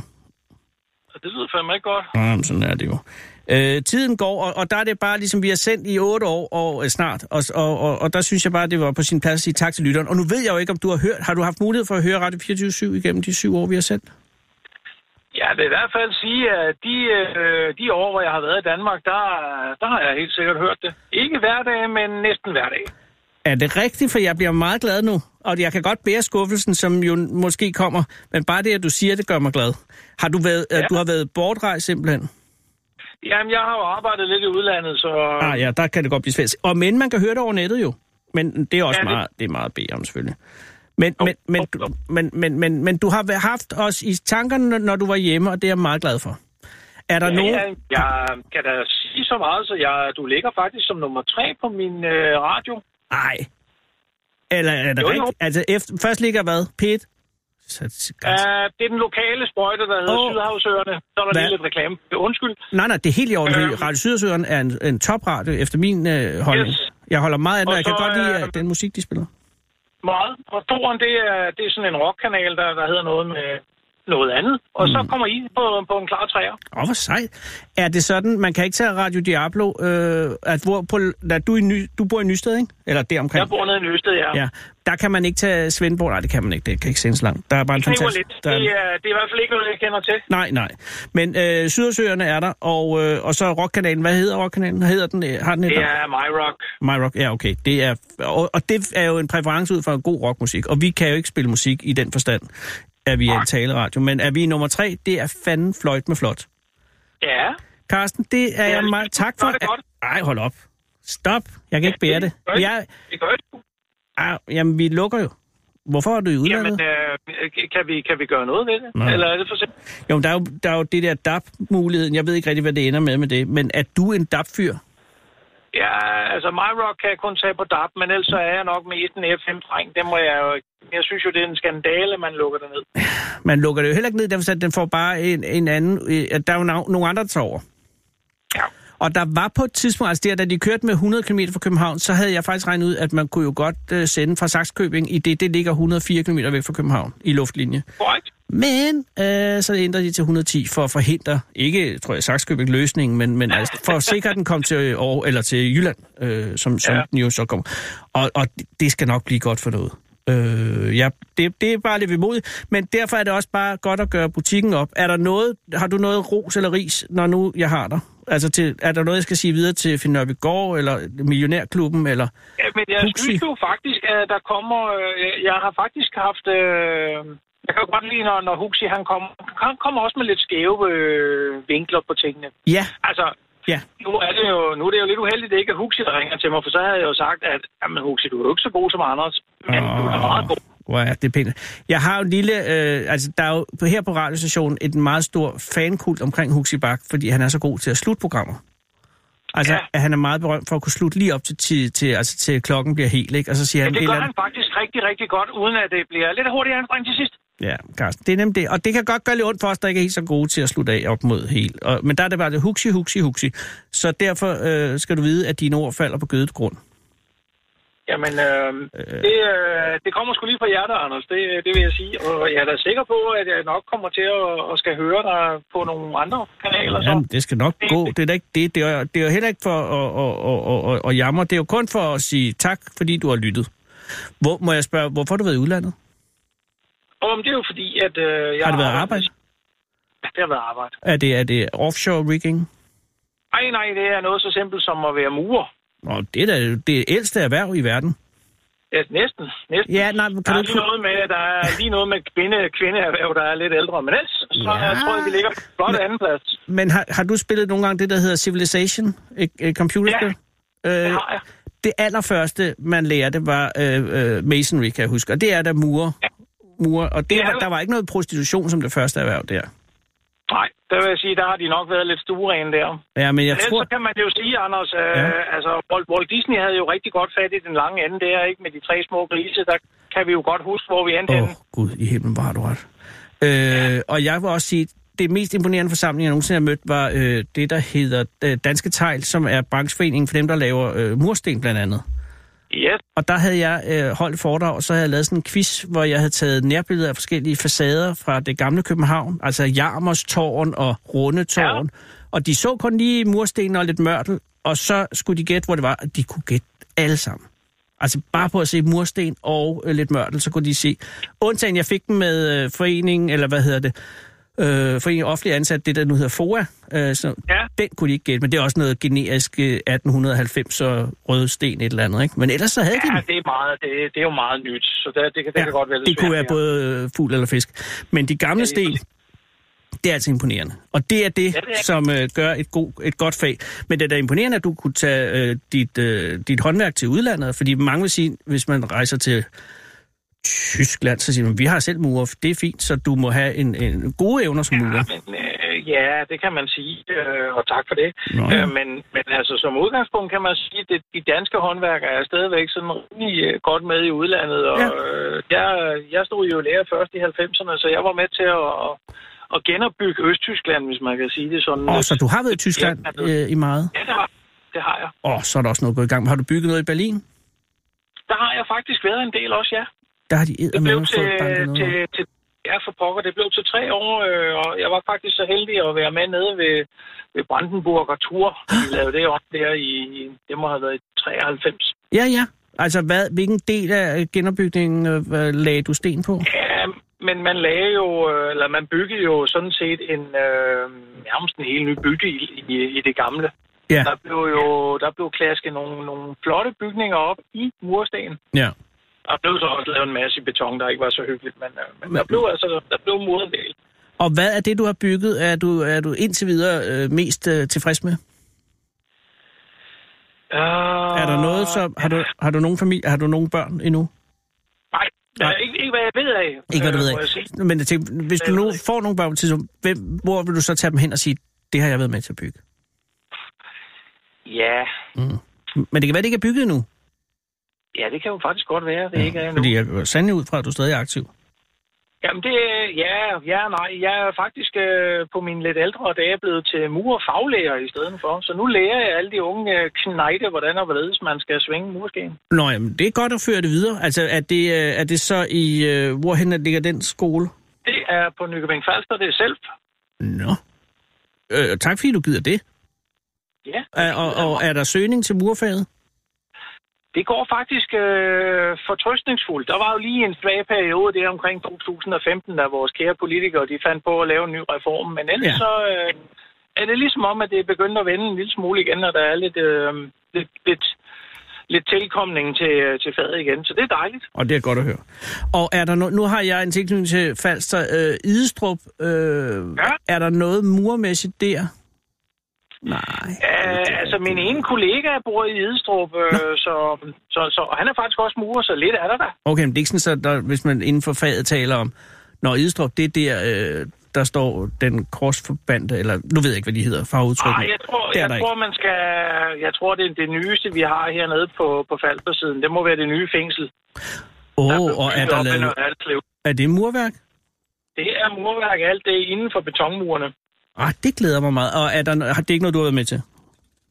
Det lyder fandme ikke godt. Jamen, sådan er det jo. Øh, tiden går, og, og der er det bare ligesom, vi har sendt i otte år og, øh, snart, og, og, og, og der synes jeg bare, det var på sin plads at sige tak til lytteren. Og nu ved jeg jo ikke, om du har hørt, har du haft mulighed for at høre Radio fireogtyve syv igennem de syv år, vi har sendt? Jeg vil i hvert fald sige, at de, øh, de år, hvor jeg har været i Danmark, der, der har jeg helt sikkert hørt det. Ikke hver dag, men næsten hver dag. Er det rigtigt? For jeg bliver meget glad nu, og jeg kan godt bære skuffelsen, som jo måske kommer, men bare det, at du siger, det gør mig glad. Har du været, ja. du har været bortrejst simpelthen? Jamen, jeg har jo arbejdet lidt i udlandet, så... Ah ja, der kan det godt blive svært. Og men man kan høre det over nettet jo. Men det er også ja, det... meget, det er meget at bede om, selvfølgelig. Men, oh, men, men, oh, oh. Men, men, men, men du har haft os i tankerne, når du var hjemme, og det er jeg meget glad for. Er der ja, nogen... Ja, jeg kan da sige så meget, så jeg, du ligger faktisk som nummer tre på min øh, radio. Nej. Eller er det jo, rigtigt? Jo. Altså, efter, først ligger hvad? P et? Så, uh, det er den lokale sprøjte, der hedder oh. Sydhavsøerne. Så er der lige lidt reklame. Undskyld. Nej, nej, det er helt i orden. Uh, Radio Sydhavsøerne er en, en topradio efter min øh, holdning. Yes. Jeg holder meget af den, og jeg kan godt lide uh, den musik, de spiller. Meget. Og toren, det er, det er sådan en rockkanal, der, der hedder noget med noget andet. Og mm. så kommer I på, på en klar træer. Åh, oh, hvor sejt. Er det sådan, man kan ikke tage Radio Diablo, øh, at hvor på, at du, i Ny, du bor i Nysted, ikke? Eller deromkring? Jeg bor nede i Nysted, ja. Ja. Der kan man ikke tage Svendborg. Nej, det kan man ikke. Det kan ikke sendes langt. Der er bare en fantastisk... Lidt. Der... Det, er, det er i hvert fald ikke noget, jeg kender til. Nej, nej. Men øh, Sydhavsøerne er der, og, øh, og så Rockkanalen. Hvad hedder Rockkanalen? Hedder den, har den et det er MyRock. MyRock, ja, okay. Det er, og, og det er jo en præference ud fra en god rockmusik. Og vi kan jo ikke spille musik i den forstand, at vi er en taleradio. Men er vi nummer tre, det er fanden fløjt med flot. Ja. Carsten, det er ja, jeg meget... Tak for... Ej, hold op. Stop. Jeg kan ikke bære det. Det gør det. Du. Ah, jamen, vi lukker jo. Hvorfor er du i udlandet? Jamen, øh, kan, vi, kan vi gøre noget ved det? Nej. Eller er det for sent? Jo, der er jo, der er jo det der D A B-muligheden. Jeg ved ikke rigtig, hvad det ender med med det. Men er du en D A B-fyr? Ja, altså MyRock kan jeg kun tage på D A B, men ellers er jeg nok med en F M-dreng. Det må jeg jo... Jeg synes jo, det er en skandale, man lukker det ned. Man lukker det jo heller ikke ned, derfor at den får bare en, en anden... Der er jo nogle andre, der tager over. Ja. Og der var på et tidspunkt, altså der, da de kørte med hundrede kilometer fra København, så havde jeg faktisk regnet ud, at man kunne jo godt uh, sende fra Sakskøbing, i det, det ligger et hundrede og fire kilometer væk fra København i luftlinje. Korrekt. Men øh, så ændrede de til et hundrede og ti for at forhindre, ikke, tror jeg, Sakskøbing løsningen, men, men altså, for at sikre, at den kom til, Aarhus, eller til Jylland, øh, som, som ja. den jo så kommer. Og, og det skal nok blive godt for noget. Øh, ja, det, det er bare lidt vemodigt, men derfor er det også bare godt at gøre butikken op. Er der noget, har du noget ros eller ris, når nu jeg har dig? Altså, til, er der noget, jeg skal sige videre til Finn Nørbegaard, eller Millionærklubben, eller ja, men jeg Huxi? Synes jo faktisk, at der kommer... Øh, jeg har faktisk haft... Øh, jeg kan jo godt lide, når, når Huxi, han kommer, han kommer også med lidt skæve øh, vinkler på tingene. Ja. Altså... Ja. Nu er det jo nu er det jo lidt uheldigt, at det ikke er Huxi, der ringer til mig, for så havde jeg jo sagt, at jamen, Huxi, du er jo ikke så god som Anders, men oh, du er meget god. Hvor er det pænt. Jeg har jo en lille, øh, altså der er jo her på radiostationen et meget stor fankult omkring Huxi Bach, fordi han er så god til at slutte programmer. Altså, ja. At han er meget berømt for at kunne slutte lige op til, til, til, altså, til klokken bliver helt, ikke? Og så siger ja, han... det gør eller... han faktisk rigtig, rigtig godt, uden at det bliver lidt hurtigt anstrengt til sidst. Ja, Carsten, det er nemlig det. Og det kan godt gøre lidt ondt for os, der ikke er helt så gode til at slutte af op mod helt. Og, men der er det bare det Huxi, Huxi, Huxi. Så derfor øh, skal du vide, at dine ord falder på gødet grund. Jamen, øh, øh. Det, øh, det kommer sgu lige fra hjertet, Anders, det, det vil jeg sige. Og jeg er da sikker på, at jeg nok kommer til at, at skal høre dig på nogle andre kanaler. Jamen, det skal nok gå. Det er da ikke det. Det er, det er jo heller ikke for at, at, at, at, at jamre. Det er jo kun for at sige tak, fordi du har lyttet. Hvor, må jeg spørge, hvorfor har du været i udlandet? Oh, det er jo fordi, at øh, jeg har det været har arbejde? Ja, det har været arbejde. Er det, er det offshore rigging? Nej, nej, det er noget så simpelt som at være murer. Nå, det er da det ældste erhverv i verden. Ja, næsten. næsten. Ja, nej, kan der, du er lige noget med, der er lige noget med kvinde, kvindeerhverv, der er lidt ældre. Men ellers, så ja. jeg tror jeg, vi ligger på flot anden plads. Men har, har du spillet nogle gange det, der hedder Civilization? Et, et computerspil? Ja, øh, det har jeg. Det allerførste, man lærte, var øh, øh, masonry, kan jeg huske. Og det er der murer. Ja. Murer. Og det, var, der var ikke noget prostitution som det første erhverv der. Nej, der vil jeg sige, der har de nok været lidt stuerene der. Ja, men jeg men tror... så kan man jo sige, Anders, øh, ja. altså Walt, Walt Disney havde jo rigtig godt fat i den lange ende der, ikke? Med de tre små grise, der kan vi jo godt huske, hvor vi endte Åh, henne. oh, Gud, i himlen, hvor har du ret. Øh, ja. Og jeg vil også sige, det mest imponerende forsamling, jeg nogensinde har mødt, var øh, det, der hedder øh, Danske Tegl, som er brancheforeningen for dem, der laver øh, mursten blandt andet. Yes. Og der havde jeg øh, holdt foredrag, og så havde jeg lavet sådan en quiz, hvor jeg havde taget nærbilleder af forskellige facader fra det gamle København, altså Jarmers Tårn og Rundetårn. Ja. Og de så kun lige mursten og lidt mørtel, og så skulle de gætte, hvor det var. De kunne gætte alle sammen. Altså bare på at se mursten og øh, lidt mørtel, så kunne de se. Undtagen jeg fik dem med øh, foreningen, eller hvad hedder det, øh, foreningen offentlig ansat, det der nu hedder F O A. Øh, så ja. Den kunne de ikke gætte, men det er også noget generisk øh, atten halvfems og røde sten et eller andet, ikke? Men ellers så havde ja, de Ja, det er, meget, det, det er jo meget nyt, så det, det, det ja, kan godt være lidt det kunne svært, være både fugl eller fisk. Men de gamle ja, sten, det er altså imponerende. Og det er det, ja, det er som øh, gør et, god, et godt fag. Men det er da imponerende, at du kunne tage øh, dit, øh, dit håndværk til udlandet, fordi mange vil sige, hvis man rejser til Tyskland, så siger man, vi har selv murer, det er fint, så du må have en, en gode evner som murer. Ja, men, øh, ja, det kan man sige, øh, og tak for det. Øh, men, men altså som udgangspunkt kan man sige, at de danske håndværkere er stadigvæk sådan rigtig godt med i udlandet, og ja. øh, jeg, jeg stod jo i lære først i halvfemserne, så jeg var med til at, at, at genopbygge Østtyskland, hvis man kan sige det sådan. Åh, så du har været i Tyskland øh, i meget? Ja, det har, det har jeg. Åh, så er der også noget gået i gang. Har du bygget noget i Berlin? Der har jeg faktisk været en del også, ja. Der har de eddermame fået banket noget. Til, til, ja, for pokker. Det blev til tre år, øh, og jeg var faktisk så heldig at være med nede ved, ved Brandenburger Tor. Vi lavede det op der i, det må have været i treoghalvfems. Ja, ja. Altså, hvad, hvilken del af genopbygningen øh, lagde du sten på? Ja, men man lagde jo, eller man byggede jo sådan set en, øh, nærmest en helt ny bygge i, i, i det gamle. Ja. Der blev jo der blev klasket nogle, nogle flotte bygninger op i mursten. Ja. Der blev så også lavet en masse beton, der ikke var så hyggeligt, men, men der blev altså der blev muret en del. Og hvad er det, du har bygget, er du, er du indtil videre øh, mest øh, tilfreds med? Uh, er der noget, så har du, har du nogen familie, har du nogen børn endnu? Nej, nej. Ikke, ikke hvad jeg ved af. Ikke hvad du ved af. Men jeg tænker, hvis du nu får nogle børn til, så, hvem, hvor vil du så tage dem hen og sige, det har jeg været med til at bygge? Ja. Mm. Men det kan være, det ikke er bygget endnu. Ja, det kan jo faktisk godt være, det ja, ikke er endnu. Fordi jeg går sandelig ud fra, at du stadig er aktiv. Jamen det, ja, ja, nej. Jeg er faktisk øh, på mine lidt ældre dage blevet til mur- og faglærer i stedet for. Så nu lærer jeg alle de unge øh, knejte, hvordan og hvorledes man skal svinge murskeen. Nå, jamen det er godt at føre det videre. Altså er det, øh, er det så i, øh, hvorhen ligger den skole? Det er på Nykøbing Falster, det er selv. Nå. Øh, tak fordi du gider det. Ja. Er, og, og er der søgning til murfaget? Det går faktisk øh, fortrøstningsfuldt. Der var jo lige en svag periode der omkring to tusind og femten, da vores kære politikere de fandt på at lave en ny reform. Men ellers ja. så øh, er det ligesom om, at det er begyndt at vende en lille smule igen, og der er lidt, øh, lidt, lidt, lidt tilkomning til, til faget igen. Så det er dejligt. Og det er godt at høre. Og er der no- nu har jeg en tilknytning til Falster. Øh, Idestrup, øh, ja. Er der noget murmæssigt der? Nej. Æh, altså, min ene kollega bor i Idestrup, øh, så, så, så han er faktisk også murer, så lidt er der der. Okay, men det er ikke sådan, så der, hvis man inden for faget taler om, når Idestrup, det er der, øh, der står den korsforbandte, eller nu ved jeg ikke, hvad de hedder, fagudtrykken. Nej, jeg tror, jeg tror man skal, jeg tror, det er det nyeste, vi har hernede på, på Falstersiden. Det må være det nye fængsel. Åh, oh, og er der lavet... Er det murværk? Det er murværk, alt det inden for betonmurene. Ah, det glæder mig meget. Og er der, det er ikke noget, du har været med til?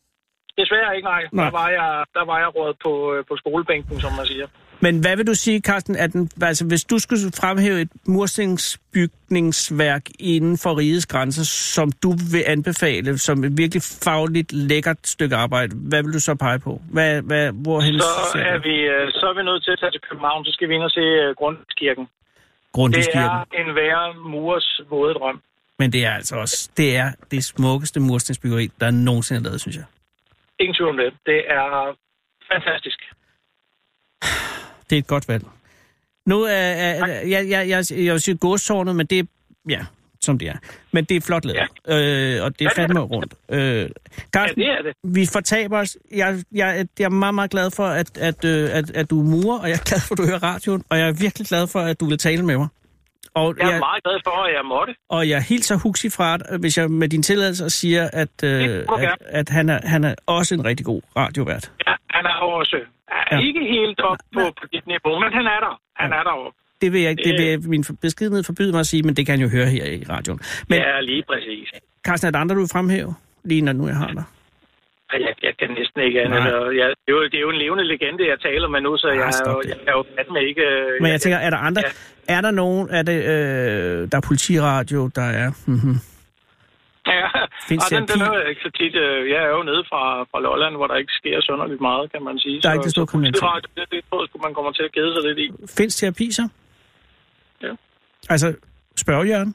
Desværre ikke, nej. nej. Der var jeg, der var jeg råd på, på skolebænken, som man siger. Men hvad vil du sige, Carsten, at den, altså, hvis du skulle fremhæve et murstensbygningsværk inden for rigets grænser, som du vil anbefale som et virkelig fagligt lækkert stykke arbejde, hvad vil du så pege på? Hvad, hvad, hvorhen så, er vi, så er vi nødt til at tage til København, så skal vi ind og se Grundtvigskirken. Grundtvigskirken. Det er en værre murs våde drøm. Men det er altså også, det er det smukkeste murstensbyggeri, der nogensinde er lavet, synes jeg. Ingen tvivl om det. Det er fantastisk. Det er et godt valg. Nu er, er, er jeg, jeg, jeg, jeg vil sige godstårnet, men det er, ja, som det er. Men det er flot lavet, ja. øh, og det er fandme rundt. Øh, Carsten, ja, det er det. Vi fortaber os. Jeg, jeg, jeg er meget, meget glad for, at, at, at, at, at du er murer, og jeg er glad for, at du hører radioen, og jeg er virkelig glad for, at du vil tale med mig. Og jeg er jeg, meget glad for, at jeg måtte. Og jeg hilser Huxi fra, hvis jeg med din tilladelse siger, at, øh, at, at han, er, han er også en rigtig god radiovært. Ja, han er også er ja. ikke helt op på, på dit niveau, men han er der. Han ja. er deroppe. Det vil, jeg, det vil jeg, min beskedenhed forbyde mig at sige, men det kan han jo høre her i radioen. Men, ja, lige præcis. Carsten, er der andre, du vil fremhæve, lige når nu jeg har dig? Jeg, jeg kan næsten ikke andet. Jeg, det, er jo, det er jo en levende legende, jeg taler med nu, så ja, jeg, er jo, jeg er jo med ikke... Men jeg, jeg tænker, er der andre... Ja. Er der nogen... Er det, øh, der er politiradio, der er... Mm-hmm. Ja, Findes og den, den er ikke så tit... Jeg er jo nede fra, fra Lolland, hvor der ikke sker synderligt meget, kan man sige. Der er så, ikke det store kriminalitet. Det, det tror jeg, man kommer til at kede sig lidt i. Findes terapi så? Ja. Altså, spørg Jørgen?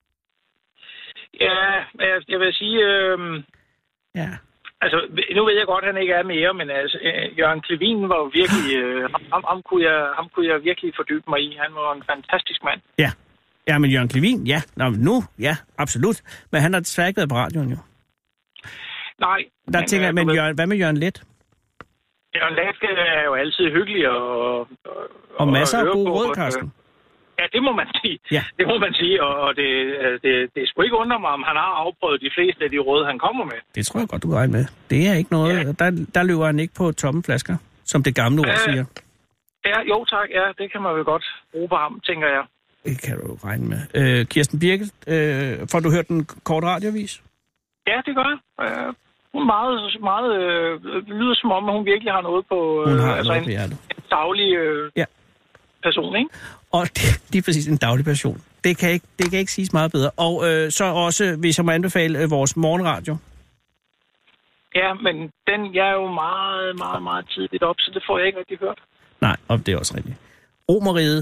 Ja, jeg, jeg vil sige... Øh, ja... Altså, nu ved jeg godt, at han ikke er mere, men altså, Jørgen Klevin var jo virkelig... Øh, ham, ham, kunne jeg, ham kunne jeg virkelig fordybe mig i. Han var en fantastisk mand. Ja, ja, men Jørgen Klevin, ja. Nå, nu, ja, absolut. Men han har desværre ikke været på radioen, jo. Nej. Der men, tænker jeg, men Jørgen, hvad med Jørgen Let? Jørgen Let er jo altid hyggelig og... Og, og masser af gode råd, Carsten. Ja, det må man sige. Ja. Det må man sige, og det, det, det skulle ikke undre mig, om han har afprøvet de fleste af de råd, han kommer med. Det tror jeg godt, du regner med. Det er ikke noget... Ja. Der, der løber han ikke på tomme flasker, som det gamle ord siger. Ja, jo tak. Ja, det kan man vel godt bruge på ham, tænker jeg. Det kan du regne med. Øh, Kirsten Birgit, øh, får du hørt den kort radiovis? Ja, det gør jeg. Øh, hun meget, meget øh, lyder som om, at hun virkelig har noget på... Øh, hun har altså noget på hjertet. En, en daglig... Øh, ja. person, ikke? Og det, det er præcis en daglig person. Det kan ikke, det kan ikke siges meget bedre. Og øh, så også, hvis jeg må anbefale øh, vores morgenradio. Ja, men den, jeg er jo meget, meget, meget tidligt op, så det får jeg ikke rigtig hørt. Nej, og det er også rigtigt. Romeriet.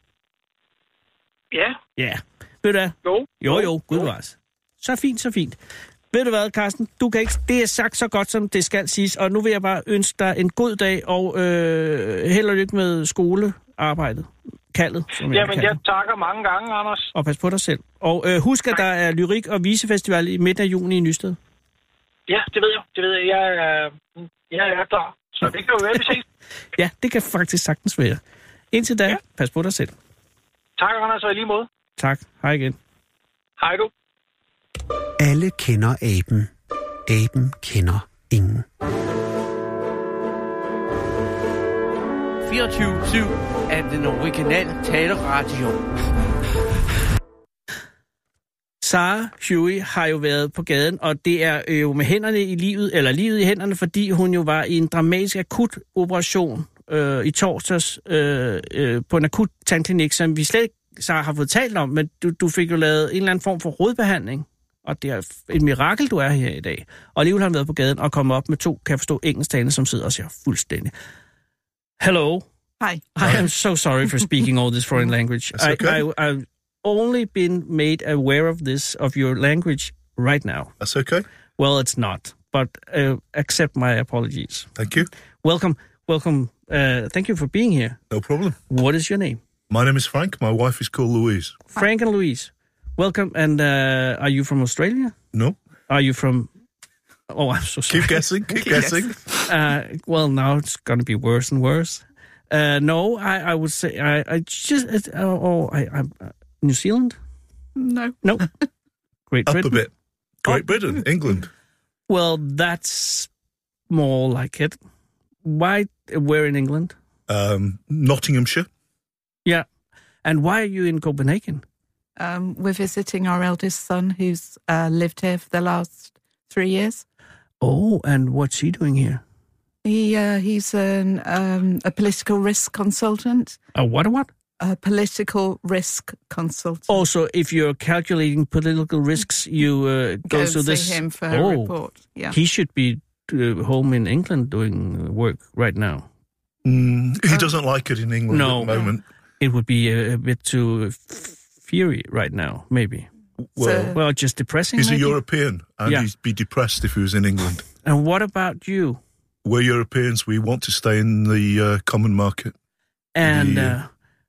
Ja. Ja. Ved du hvad? Jo. Jo, jo, gud bevares. Så fint, så fint. Ved du hvad, Carsten? Du kan ikke, det er sagt så godt, som det skal siges, og nu vil jeg bare ønske dig en god dag, og øh, held og lykke med skolearbejdet. Kaldet, som jeg Jamen, jeg takker mange gange, Anders. Og pas på dig selv. Og øh, husk, at der er lyrik- og visefestival i midten af juni i Nysted. Ja, det ved jeg. Det ved jeg. Jeg er, jeg er der. Så det kan jo være, vi ses. Ja, det kan faktisk sagtens være. Indtil da, ja. Pas på dig selv. Tak, Anders, og i lige måde. Tak. Hej igen. Hej du. Alle kender aben. Aben kender ingen. fireogtyve syv er den originale taleradio. Sarah Huey har jo været på gaden, og det er jo med hænderne i livet, eller livet i hænderne, fordi hun jo var i en dramatisk akut operation øh, i torsdags øh, øh, på en akut tandklinik, som vi slet ikke Sarah, har fået talt om, men du, du fik jo lavet en eller anden form for rodbehandling, og det er et mirakel, du er her i dag. Og alligevel har han været på gaden og kommet op med to, kan jeg forstå, engelsktalende, som sidder og siger fuldstændig. Hello. Hi. I am so sorry for speaking all this foreign language. That's okay. I, I, I've only been made aware of this, of your language, right now. That's okay. Well, it's not, but uh, accept my apologies. Thank you. Welcome, welcome. Uh, thank you for being here. No problem. What is your name? My name is Frank. My wife is called Louise. Frank and Louise. Welcome. And uh, are you from Australia? No. Are you from... Oh, I'm so sorry. Keep guessing. Keep guessing. Uh, well, now it's going to be worse and worse. Uh, no, I, I would say I, I just... Uh, oh, I, I'm... Uh, New Zealand? No. No. Great Britain? Up a bit. Great Up. Britain. England. Well, that's more like it. Why... Where in England? Um, Nottinghamshire. Yeah. And why are you in Copenhagen? Um, we're visiting our eldest son who's uh, lived here for the last three years. Oh, and what's he doing here? He uh, he's an um, a political risk consultant. A what? A what? A political risk consultant. Also, if you're calculating political risks, you uh, go, Go to see this. him for a oh, report. Yeah, he should be uh, home in England doing work right now. Mm, he doesn't like it in England No. at the moment. It would be a, a bit too fury right now, maybe. Well, So- Well, just depressing. he's maybe? a European, and Yeah. he'd be depressed if he was in England. And what about you? We're Europeans. We want to stay in the uh, common market. And Yeah. uh,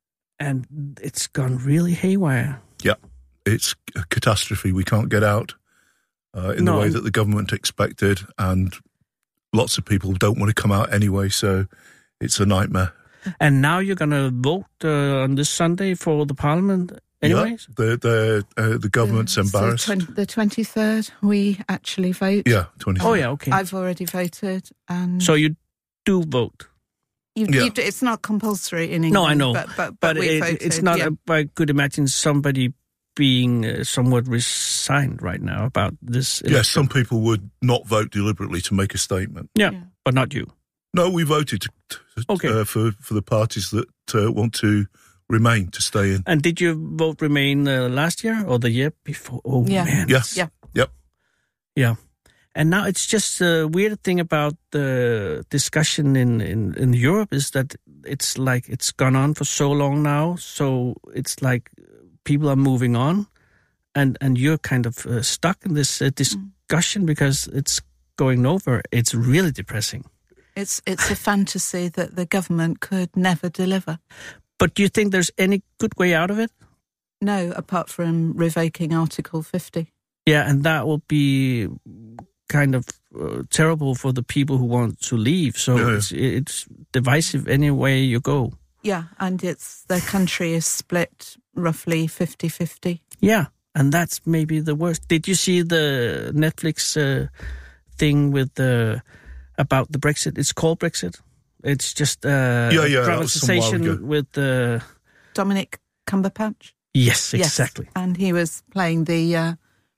and it's gone really haywire. Yeah, it's a catastrophe. We can't get out uh, in No, the way and- that the government expected, and lots of people don't want to come out anyway, so it's a nightmare. And now you're going to vote uh, on this Sunday for the Parliament, anyways. Yeah, the the uh, the government's So embarrassed. twen- the twenty-third, we actually vote. yeah, twenty. Oh yeah, okay. I've already voted, and So you do vote. you, Yeah. you, it's not compulsory in England. No, I know, but but, but, But we it, voted. it's not. Yeah. A, I could imagine somebody being uh, somewhat resigned right now about this. Yes, election. some people would not vote deliberately to make a statement. Yeah, Yeah. but not you. No, we voted t- t- Okay. uh, for for the parties that uh, want to remain, to stay in. And did you vote Remain uh, last year or the year before? Oh Yeah. man, Yeah. Yeah. Yep. yeah. And now it's just a weird thing about the discussion in, in, in Europe is that it's like it's gone on for so long now. So it's like people are moving on, and and you're kind of uh, stuck in this uh, discussion because it's going nowhere. It's really depressing. It's it's a fantasy that the government could never deliver. But do you think there's any good way out of it? No, apart from revoking Article fifty. Yeah, and that will be kind of uh, terrible for the people who want to leave. So Yeah, yeah. it's it's divisive any way you go. Yeah, and it's the country is split roughly fifty-fifty. Yeah, and that's maybe the worst. Did you see the Netflix uh, thing with the about the Brexit? It's called Brexit. It's just uh, Yeah, yeah, that was some while dramatization ago. with the Dominic Cumberbatch. yes, exactly. Yes, and he was playing the uh,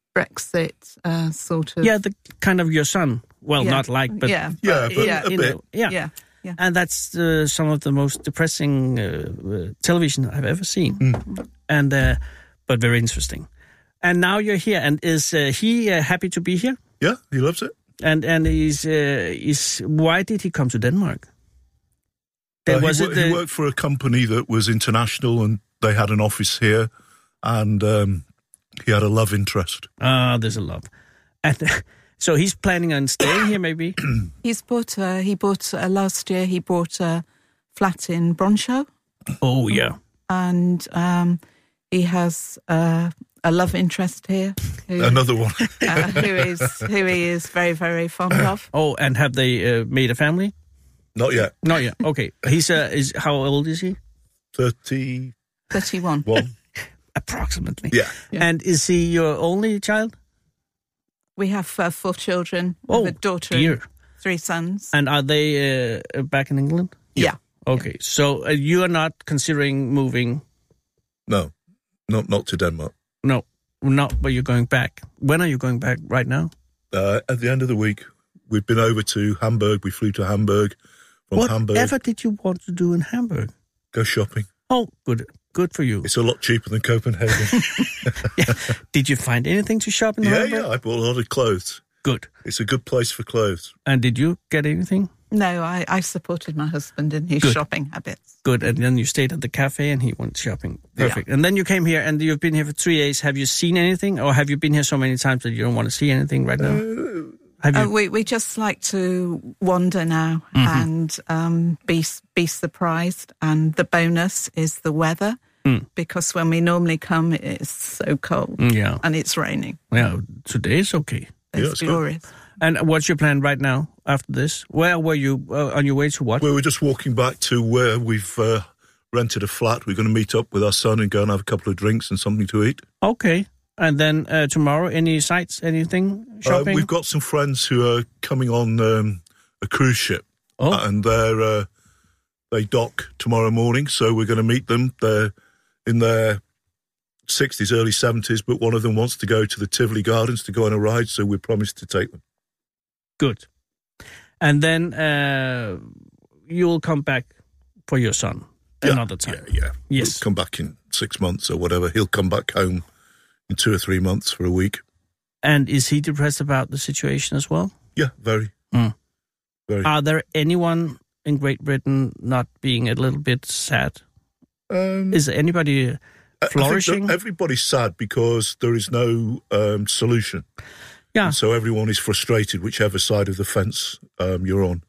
Brexit uh, sort of. Yeah, the kind of your son. Well, Yeah. not like, but yeah, Yeah, but yeah, a you bit. know, yeah. yeah, yeah. And that's uh, some of the most depressing uh, uh, television I've ever seen. And uh, but very interesting. And now you're here, and is uh, he uh, happy to be here? Yeah, he loves it. And and is uh, is why did he come to Denmark? Uh, was he, it wo- the, he worked for a company that was international, and they had an office here, and um, he had a love interest. Ah, there's a love, and so he's planning on staying here, maybe. He's bought. A, he bought uh, last year. He bought a flat in Bronshaw, Oh yeah, and um, he has uh, a love interest here, who, Another one. uh, who is who he is very very fond of. oh, and have they uh, made a family? Not yet. Not yet. Okay, he's uh, is how old is he? thirty-one. Thirty-one. Approximately. Yeah. Yeah. And is he your only child? We have uh, four children. We Oh, have a daughter dear. and three sons. And are they uh, back in England? Yeah. Okay, so uh, you are not considering moving? No, not not to Denmark. No, not. But you're going back. When are you going back? Right now? Uh, at the end of the week, we've been over to Hamburg. We flew to Hamburg. From Whatever Hamburg, did you want to do in Hamburg? go shopping. Oh, good, good for you. It's a lot cheaper than Copenhagen. Did you find anything to shop in yeah, Hamburg? yeah. I bought a lot of clothes. Good. It's a good place for clothes. And did you get anything? No, I, I supported my husband in his Good. shopping habits. Good. And then you stayed at the cafe and he went shopping. Perfect. And then you came here and you've been here for three days. Have you seen anything, or have you been here so many times that you don't want to see anything right now? Have you? Uh, we we just like to wander now Mm-hmm. and um, be be surprised. And the bonus is the weather, Mm. because when we normally come, it's so cold Mm, yeah. and it's raining. Yeah. Today's okay. Yeah, It's it's good. glorious. And what's your plan right now after this? Where were you uh, on your way to what? We were just walking back to where we've uh, rented a flat. We're going to meet up with our son and go and have a couple of drinks and something to eat. Okay. And then uh, tomorrow, any sights, anything, Uh, shopping? we've got some friends who are coming on um, a cruise ship, Oh. and they're uh, they dock tomorrow morning. So we're going to meet them. They're in their sixties, early seventies, but one of them wants to go to the Tivoli Gardens to go on a ride. So we promised to take them. Good. And then uh, you'll come back for your son yeah, another time. Yeah, yeah. Yes. He'll come back in six months or whatever. He'll come back home in two or three months for a week. And is he depressed about the situation as well? Yeah, very. Mm. Very. Are there anyone in Great Britain not being a little bit sad? Um, is anybody flourishing? Everybody's sad because there is no um, solution. Yeah. And so everyone is frustrated, whichever side of the fence um, you're on.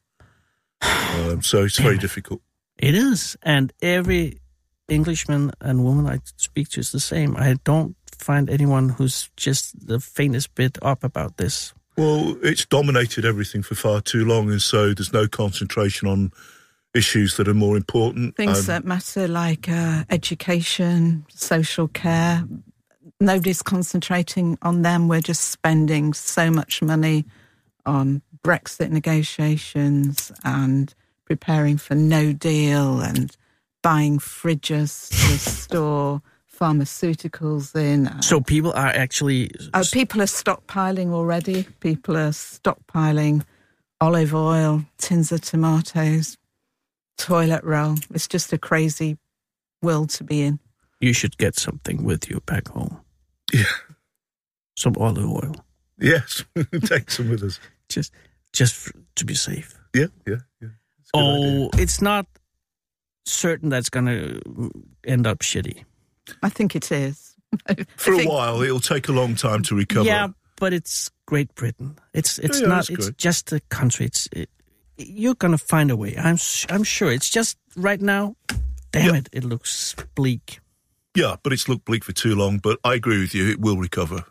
Um, so it's very difficult. It is. And every Englishman and woman I speak to is the same. I don't find anyone who's just the faintest bit up about this. Well, it's dominated everything for far too long, and so there's no concentration on issues that are more important. Things um, that matter like uh, education, social care. Nobody's concentrating on them. We're just spending so much money on Brexit negotiations and preparing for no deal and buying fridges to store pharmaceuticals in. So people are actually... Uh, people are stockpiling already. People are stockpiling olive oil, tins of tomatoes, toilet roll. It's just a crazy world to be in. You should get something with you back home. Yeah. Some olive oil. Yes, take some with us. Just just to be safe. Yeah, yeah, yeah. It's a good Oh, idea. it's not certain that's going to end up shitty. I think it is. For I a think- while, it'll take a long time to recover. Yeah, but it's Great Britain. It's it's Yeah, not. that's It's good. just a country. It's it, you're gonna find a way. I'm s- I'm sure. It's just right now. Damn Yeah. it! It looks bleak. Yeah, but it's looked bleak for too long. But I agree with you; it will recover.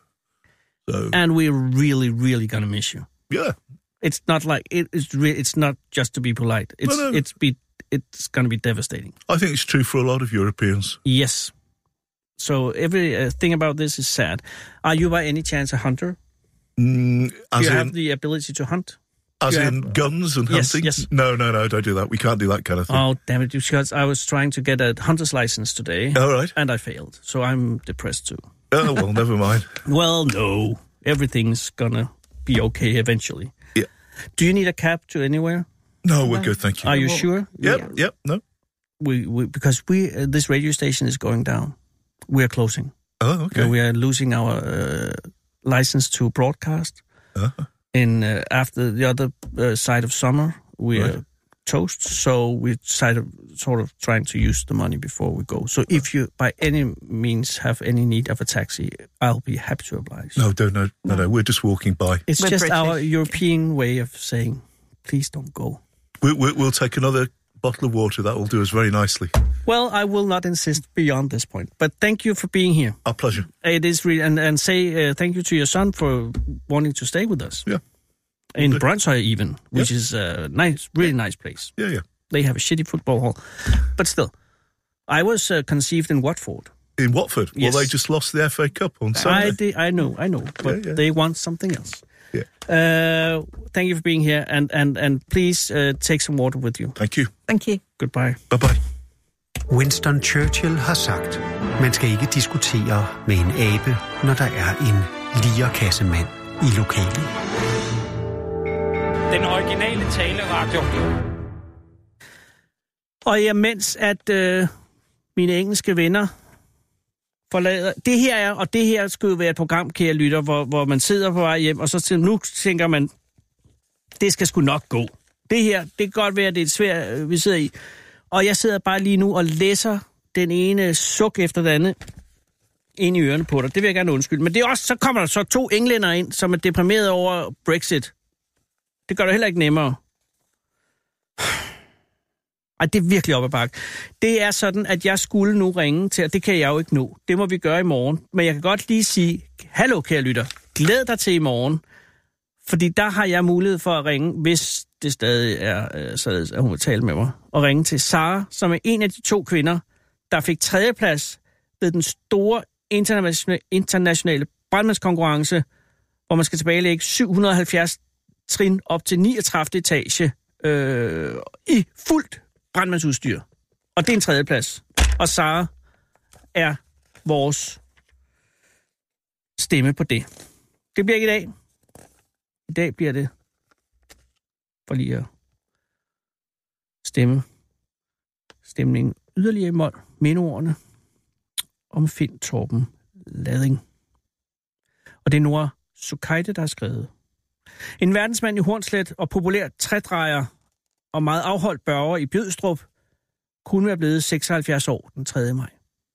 So And we're really, really gonna miss you. yeah, It's not like it is. Re- it's not just to be polite. It's No, no. it's be. It's gonna be devastating. I think it's true for a lot of Europeans. Yes. So every uh, thing about this is sad. Are you by any chance a hunter? Mm, Do as you in, have the ability to hunt? as you in have- guns and Yes, hunting. yes. No, no, no, don't do that. We can't do that kind of thing. Oh, damn it. Because I was trying to get a hunter's license today. All right. And I failed. So I'm depressed too. Oh well, never mind. Well, no. Everything's gonna be okay eventually. Yeah. Do you need a cab to anywhere? No, we're good, thank you. Are you Well, sure? Yep, Yeah. yep, no. We, we because we uh, this radio station is going down. We're closing. Oh, okay. Uh, we are losing our uh, license to broadcast. Uh-huh. In uh, after the other uh, side of summer, we Right. are toast. So we decided sort of trying to use the money before we go. So if you by any means have any need of a taxi, I'll be happy to oblige. No, don't, no, no, no. We're just walking by. It's We're just British. our European way of saying, please don't go. We, we, we'll take another bottle of water. That will do us very nicely. Well, I will not insist beyond this point. But thank you for being here. Our pleasure. It is really, and, and say uh, thank you to your son for wanting to stay with us. Yeah. In Okay. Brøndshøj even, which is a nice, really nice place. Yeah, yeah. They have a shitty football hall. But still, I was uh, conceived in Watford. In Watford. Yes. Well, they just lost the F A Cup on I, Sunday. di- I know, I know. But Yeah, yeah. they want something else. Yeah. Uh, thank you for being here. And, and, and please uh, take some water with you. Thank you. Thank you. Goodbye. Bye-bye. Winston Churchill har sagt, man skal ikke diskutere med en abe, når der er en lierkassemand i lokalet. Den originale taleradio. Og ja, mens at øh, mine engelske venner forlader... Det her er, og det her skulle jo være et program, kære lytter, hvor, hvor man sidder på vej hjem, og så til, nu tænker man, det skal sgu nok gå. Det her, det kan godt være, at det er et svært, øh, vi sidder i. Og jeg sidder bare lige nu og læser den ene suk efter den anden ind i ørerne på dig. Det vil jeg gerne undskylde. Men det er også, så kommer der så to englænder ind, som er deprimeret over Brexit. Det gør det heller ikke nemmere. Ej, det er virkelig op ad bakke. Det er sådan, at jeg skulle nu ringe til, og det kan jeg jo ikke nå. Det må vi gøre i morgen. Men jeg kan godt lige sige, hallo kære lytter, glæd dig til i morgen. Fordi der har jeg mulighed for at ringe, hvis det stadig er øh, således, at hun vil tale med mig. Og ringe til Sara, som er en af de to kvinder, der fik tredjeplads ved den store internationale, internationale brandmandskonkurrence, hvor man skal tilbagelægge syv hundrede og halvfjerds trin op til niogtredivte etage øh, i fuldt brandmandsudstyr. Og det er en tredjeplads. Og Sara er vores stemme på det. Det bliver ikke i dag. I dag bliver det for lige at stemme stemningen yderligere i mål. Mindeordene om Finn Torben Lading. Og det er Nora Sukaite, der har skrevet. En verdensmand i Hornslet og populær trædrejer og meget afholdt børger i Bjødstrup kunne være blevet seksoghalvfjerds år den tredje maj.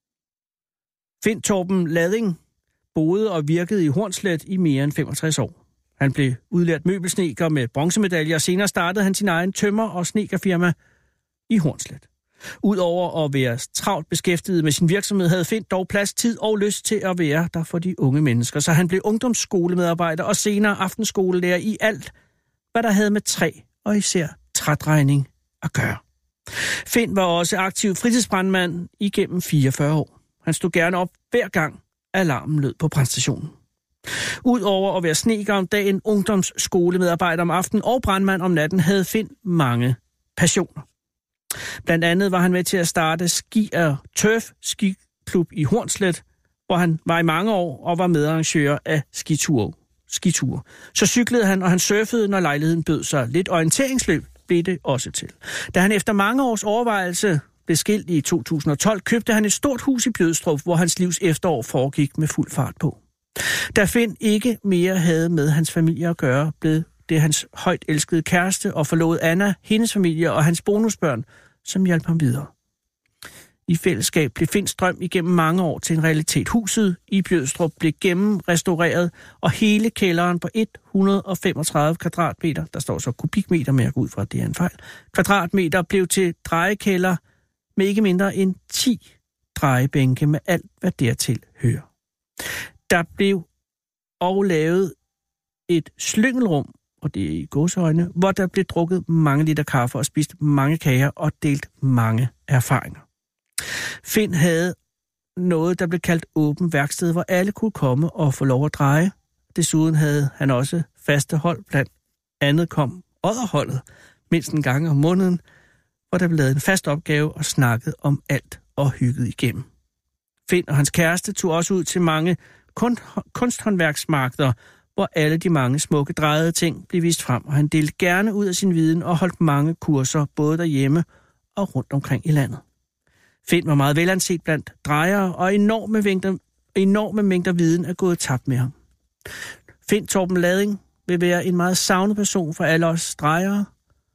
Finn Torben Lading boede og virkede i Hornslet i mere end femogtres år. Han blev udlært møbelsneker med bronzemedaljer, og senere startede han sin egen tømmer- og snekerfirma i Hornslet. Udover at være travlt beskæftiget med sin virksomhed, havde Finn dog plads, tid og lyst til at være der for de unge mennesker, så han blev ungdomsskolemedarbejder og senere aftenskolelærer i alt, hvad der havde med træ og især trædrejning at gøre. Finn var også aktiv fritidsbrandmand igennem fireogfyrre år. Han stod gerne op hver gang alarmen lød på brandstationen. Udover at være sneker om dagen, ungdomsskolemedarbejder om aftenen og brandmand om natten, havde Finn mange passioner. Blandt andet var han med til at starte Ski og Turf skiklub i Hornslet, hvor han var i mange år og var medarrangør af skiture. skiture. Så cyklede han, og han surfede, når lejligheden bød sig. Lidt orienteringsløb blev det også til. Da han efter mange års overvejelse blev skilt i to tusind og tolv, købte han et stort hus i Bjødstrup, hvor hans livs efterår foregik med fuld fart på. Da Finn ikke mere havde med hans familie at gøre, blev det hans højt elskede kæreste og forlovede Anna, hendes familie og hans bonusbørn, som hjalp ham videre. I fællesskab blev Finns drøm igennem mange år til en realitet. Huset i Bjødstrup blev gennemrestaureret, og hele kælderen på et hundrede og femogtredive kvadratmeter, der står så kubikmeter, men jeg går ud fra, at det er en fejl, kvadratmeter blev til drejekælder med ikke mindre end ti drejebænke med alt, hvad dertil hører. Der blev og lavet et slyngelrum, og det er i gåseøjne, hvor der blev drukket mange liter kaffe og spist mange kager og delt mange erfaringer. Finn havde noget, der blev kaldt åben værksted, hvor alle kunne komme og få lov at dreje. Desuden havde han også faste hold, blandt andet kom odderholdet mindst en gang om måneden, hvor der blev lavet en fast opgave og snakket om alt og hygget igennem. Finn og hans kæreste tog også ud til mange kunsthåndværksmarkeder, hvor alle de mange smukke drejede ting blev vist frem, og han delte gerne ud af sin viden og holdt mange kurser, både derhjemme og rundt omkring i landet. Finn var meget velanset blandt drejere, og enorme mængder, enorme mængder viden er gået tabt med ham. Finn Torben Lading vil være en meget savnet person for alle os drejere,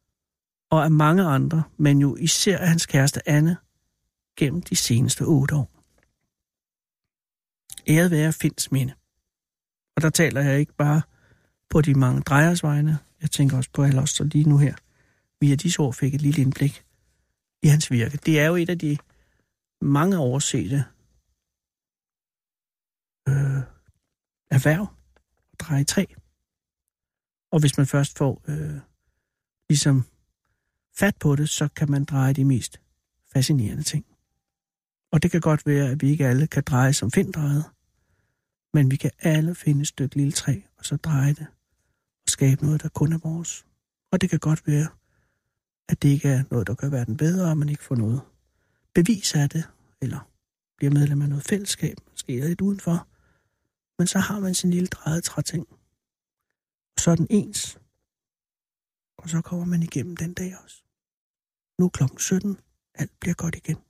og af mange andre, men jo især af hans kæreste Anne, gennem de seneste otte år. Æret være Finns minde. Og der taler jeg ikke bare på de mange drejers vegne, jeg tænker også på alle os, så lige nu her, via disse år fik et lille indblik i hans virke. Det er jo et af de mange oversete øh, erhverv, at dreje træ. Og hvis man først får øh, ligesom fat på det, så kan man dreje de mest fascinerende ting. Og det kan godt være, at vi ikke alle kan dreje som Finn drejede, men vi kan alle finde et stykke lille træ, og så dreje det, og skabe noget, der kun er vores. Og det kan godt være, at det ikke er noget, der gør verden bedre, og man ikke får noget bevis af det, eller bliver medlem af noget fællesskab, måske lidt udenfor. Men så har man sin lille drejet træting, og så er den ens, og så kommer man igennem den dag også. Nu klokken sytten, alt bliver godt igen.